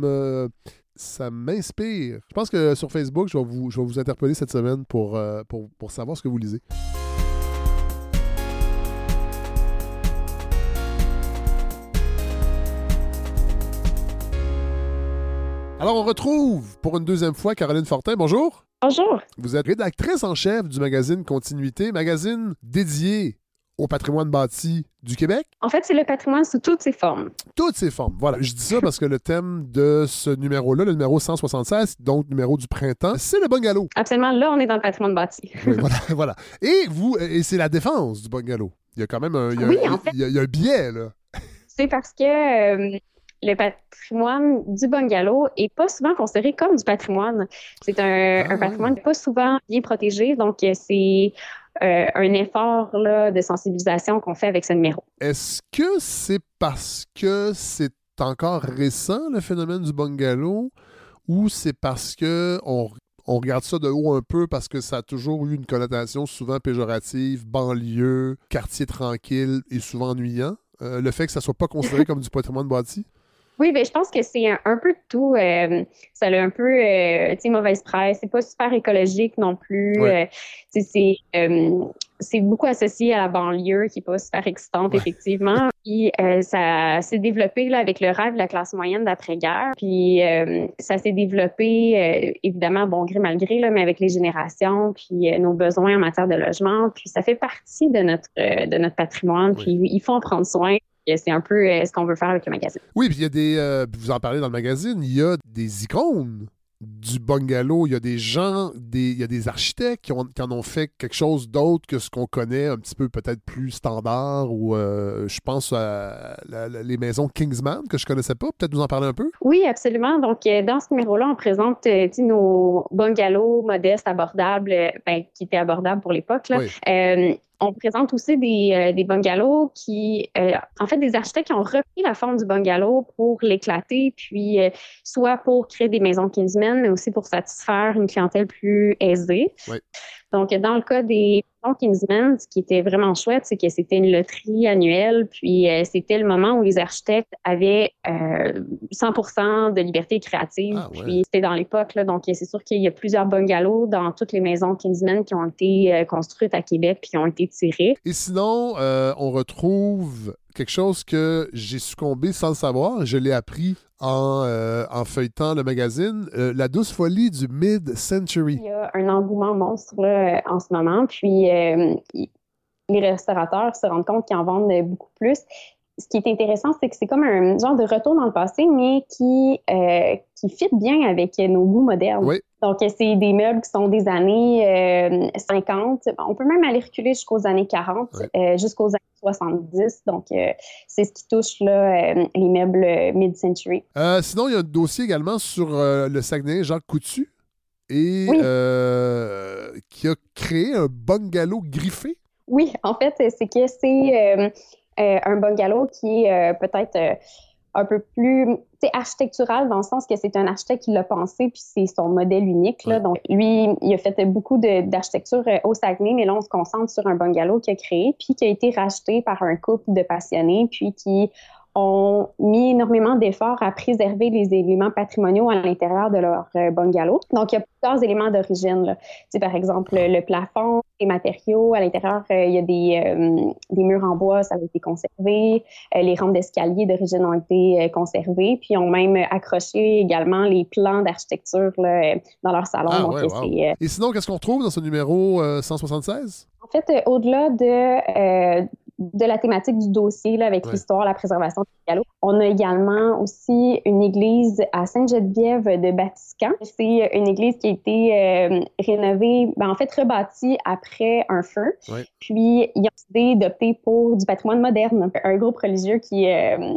m'inspire. Je pense que sur Facebook, je vais vous interpeller cette semaine pour savoir ce que vous lisez. Alors, on retrouve pour une deuxième fois Caroline Fortin. Bonjour. Bonjour. Vous êtes rédactrice en chef du magazine Continuité, magazine dédié au patrimoine bâti du Québec. En fait, c'est le patrimoine sous toutes ses formes. Toutes ses formes, voilà. Je dis ça parce que le thème de ce numéro-là, le numéro 176, donc numéro du printemps, c'est le bungalow. Absolument, là, on est dans le patrimoine bâti. Oui, voilà. Et c'est la défense du bungalow. Il y a quand même un biais, là. C'est parce que le patrimoine du bungalow est pas souvent considéré comme du patrimoine. C'est un patrimoine pas souvent bien protégé, donc c'est un effort là, de sensibilisation qu'on fait avec ce numéro. Est-ce que c'est parce que c'est encore récent, le phénomène du bungalow, ou c'est parce que on regarde ça de haut un peu parce que ça a toujours eu une connotation souvent péjorative, banlieue, quartier tranquille et souvent ennuyant? Le fait que ça soit pas considéré comme du patrimoine bâti? Oui, ben, je pense que c'est un peu de tout. Ça a un peu mauvaise presse. C'est pas super écologique non plus. Ouais. C'est beaucoup associé à la banlieue qui est pas super excitante, effectivement. Puis ça s'est développé là, avec le rêve de la classe moyenne d'après-guerre. Puis ça s'est développé, évidemment, bon gré mal gré, là, mais avec les générations, puis nos besoins en matière de logement. Puis ça fait partie de notre patrimoine. Oui. Puis il faut en prendre soin. C'est un peu ce qu'on veut faire avec le magazine. Oui, puis il y a des... vous en parlez dans le magazine, il y a des icônes du bungalow. Il y a des gens, il y a des architectes qui en ont fait quelque chose d'autre que ce qu'on connaît, un petit peu peut-être plus standard, ou je pense à les maisons Kingsman, que je connaissais pas. Peut-être vous en parler un peu? Oui, absolument. Donc, dans ce numéro-là, on présente nos bungalows modestes, abordables, qui étaient abordables pour l'époque, là. Oui. On présente aussi des bungalows qui, en fait, des architectes qui ont repris la forme du bungalow pour l'éclater, puis soit pour créer des maisons Kingsman, mais aussi pour satisfaire une clientèle plus aisée. Oui. Donc, dans le cas des Kinsman, ce qui était vraiment chouette, c'est que c'était une loterie annuelle, puis c'était le moment où les architectes avaient 100% de liberté créative, puis c'était dans l'époque, là, donc c'est sûr qu'il y a plusieurs bungalows dans toutes les maisons Kinsman qui ont été construites à Québec puis qui ont été tirées. Et sinon, on retrouve quelque chose que j'ai succombé sans le savoir, je l'ai appris en feuilletant le magazine, La douce folie du mid-century. Il y a un engouement monstre là, en ce moment, puis les restaurateurs se rendent compte qu'ils en vendent beaucoup plus. Ce qui est intéressant, c'est que c'est comme un genre de retour dans le passé, mais qui fit bien avec nos goûts modernes. Oui. Donc, c'est des meubles qui sont des années 50. On peut même aller reculer jusqu'aux années 40, jusqu'aux années 70. Donc, c'est ce qui touche là, les meubles mid-century. Sinon, il y a un dossier également sur le Saguenay, Jacques Coutu, et qui a créé un bungalow griffé. Oui, en fait, c'est que c'est un bungalow qui est peut-être un peu plus architectural dans le sens que c'est un architecte qui l'a pensé puis c'est son modèle unique. Là. Donc, lui, il a fait beaucoup d'architecture au Saguenay, mais là, on se concentre sur un bungalow qu'il a créé puis qui a été racheté par un couple de passionnés puis qui ont mis énormément d'efforts à préserver les éléments patrimoniaux à l'intérieur de leur bungalow. Donc, il y a plusieurs éléments d'origine. Par exemple, le plafond, les matériaux. À l'intérieur, il y a des murs en bois, ça a été conservé. Les rampes d'escalier d'origine ont été conservées. Puis, ils ont même accroché également les plans d'architecture là, dans leur salon. Donc, Et sinon, qu'est-ce qu'on retrouve dans ce numéro 176? En fait, au-delà de la thématique du dossier là, avec l'histoire, la préservation du bungalow. On a également aussi une église à Sainte-Geneviève de Batiscan. C'est une église qui a été rénovée, en fait rebâtie après un feu. Oui. Puis, ils ont décidé d'opter pour du patrimoine moderne. Un groupe religieux qui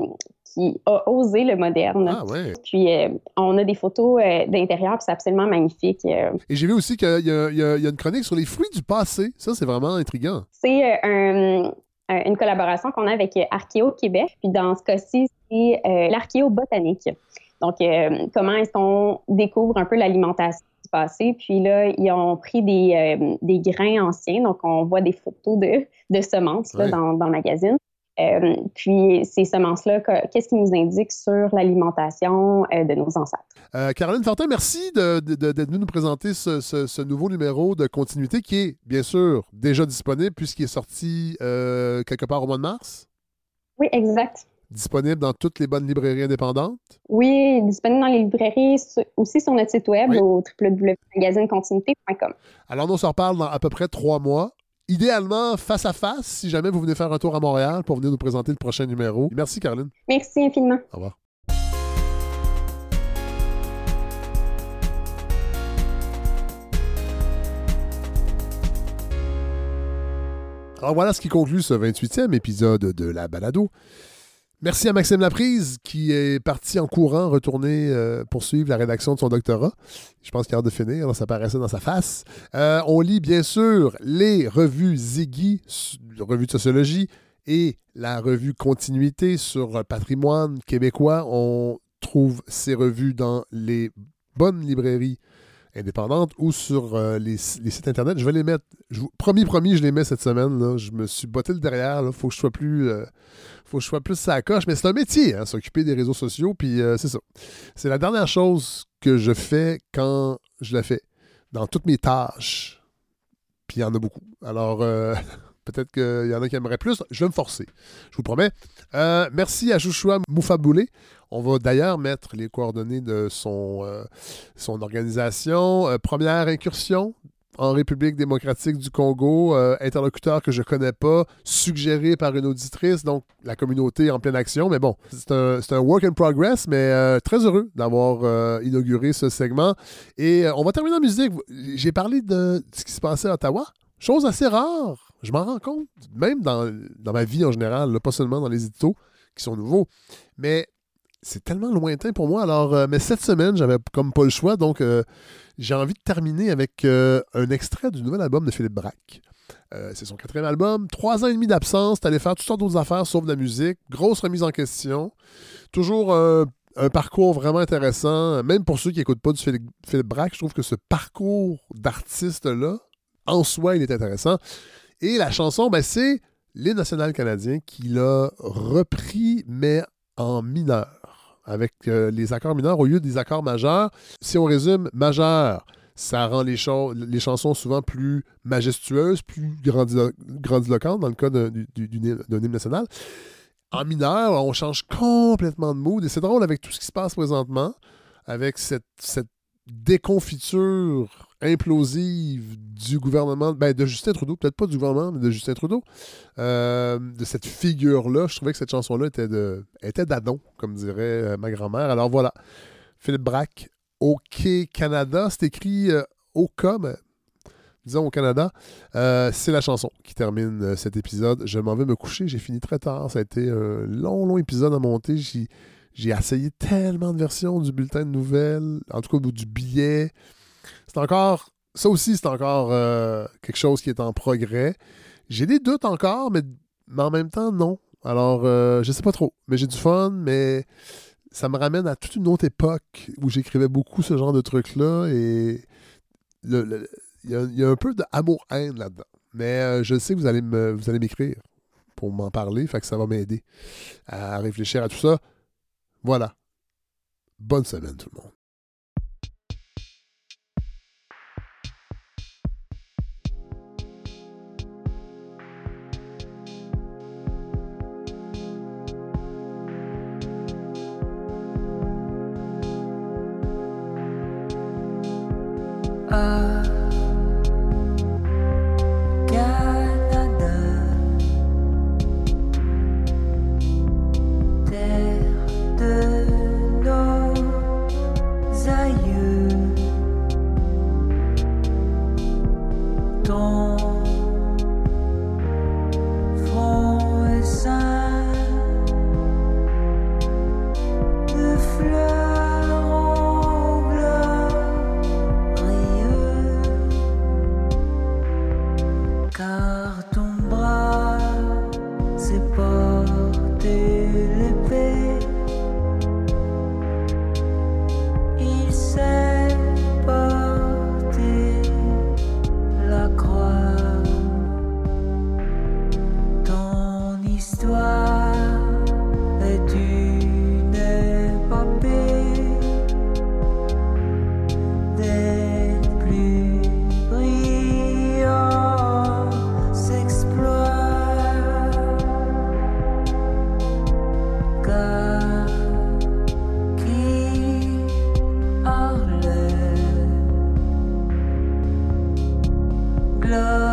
a osé le moderne. Ah, ouais. Puis, on a des photos d'intérieur, puis c'est absolument magnifique. Et j'ai vu aussi qu'il y a une chronique sur les fruits du passé. Ça, c'est vraiment intriguant. C'est une collaboration qu'on a avec Archéo Québec. Puis dans ce cas-ci, c'est l'archéobotanique. Donc, comment est-ce qu'on découvre un peu l'alimentation du passé. Puis là, ils ont pris des grains anciens. Donc, on voit des photos de semences là, dans le magazine. Puis ces semences-là, qu'est-ce qui nous indique sur l'alimentation de nos ancêtres? Caroline Fortin, merci d'être venue nous présenter ce nouveau numéro de continuité qui est, bien sûr, déjà disponible puisqu'il est sorti quelque part au mois de mars. Oui, exact. Disponible dans toutes les bonnes librairies indépendantes? Oui, disponible dans les librairies, aussi sur notre site web au www.magazinecontinuité.com. Alors, on se reparle dans à peu près 3 mois. Idéalement, face à face, si jamais vous venez faire un tour à Montréal pour venir nous présenter le prochain numéro. Merci, Caroline. Merci infiniment. Au revoir. Alors voilà ce qui conclut ce 28e épisode de La Balado. Merci à Maxime Laprise qui est parti en courant retourner poursuivre la rédaction de son doctorat. Je pense qu'il a hâte de finir, alors ça paraissait dans sa face. On lit bien sûr les revues Ziggy, revue de sociologie, et la revue Continuité sur patrimoine québécois. On trouve ces revues dans les bonnes librairies indépendantes ou sur les sites Internet. Je vais les mettre. Promis, je les mets cette semaine. Là. Je me suis botté le derrière. Il faut que je sois plus... faut que je sois plus sa coche, mais c'est un métier, hein, s'occuper des réseaux sociaux, puis c'est ça. C'est la dernière chose que je fais quand je la fais, dans toutes mes tâches. Puis il y en a beaucoup. Alors, peut-être qu'il y en a qui aimeraient plus. Je vais me forcer, je vous promets. Merci à Joshua Moufaboulé. On va d'ailleurs mettre les coordonnées de son organisation. Première incursion en République démocratique du Congo, interlocuteur que je connais pas, suggéré par une auditrice, donc la communauté en pleine action. Mais bon, c'est un work in progress, mais très heureux d'avoir inauguré ce segment. Et on va terminer en musique. J'ai parlé de ce qui se passait à Ottawa. Chose assez rare, je m'en rends compte, même dans ma vie en général, là, pas seulement dans les éditos qui sont nouveaux, mais c'est tellement lointain pour moi. Alors, mais cette semaine, j'avais comme pas le choix, donc j'ai envie de terminer avec un extrait du nouvel album de Philippe Braque. C'est son 4e album, 3 ans et demi d'absence, t'allais faire toutes sortes d'autres affaires sauf de la musique, grosse remise en question, toujours un parcours vraiment intéressant, même pour ceux qui n'écoutent pas du Philippe Braque, je trouve que ce parcours d'artiste-là, en soi, il est intéressant. Et la chanson, ben, c'est l'hymne national canadien qui l'a repris, mais en mineur, avec les accords mineurs au lieu des accords majeurs. Si on résume, majeur, ça rend les chansons souvent plus majestueuses, plus grandiloquentes dans le cas d'un hymne national. En mineur, on change complètement de mood. Et c'est drôle avec tout ce qui se passe présentement, avec cette déconfiture implosive du gouvernement, ben de Justin Trudeau, peut-être pas du gouvernement, mais de Justin Trudeau, de cette figure-là. Je trouvais que cette chanson-là était d'adon, comme dirait ma grand-mère. Alors voilà, Philippe Braque, OK Canada, c'est écrit OK, mais disons au Canada. C'est la chanson qui termine cet épisode. Je m'en vais me coucher, j'ai fini très tard. Ça a été un long épisode à monter. J'ai essayé tellement de versions du bulletin de nouvelles, en tout cas du billet. Ça aussi, c'est encore quelque chose qui est en progrès. J'ai des doutes encore, mais en même temps, non. Alors, je sais pas trop. Mais j'ai du fun, mais ça me ramène à toute une autre époque où j'écrivais beaucoup ce genre de trucs-là. Et il y a un peu d'amour-haine là-dedans. Mais je sais que vous allez m'écrire pour m'en parler, fait que ça va m'aider à réfléchir à tout ça. Voilà. Bonne semaine, tout le monde. Love.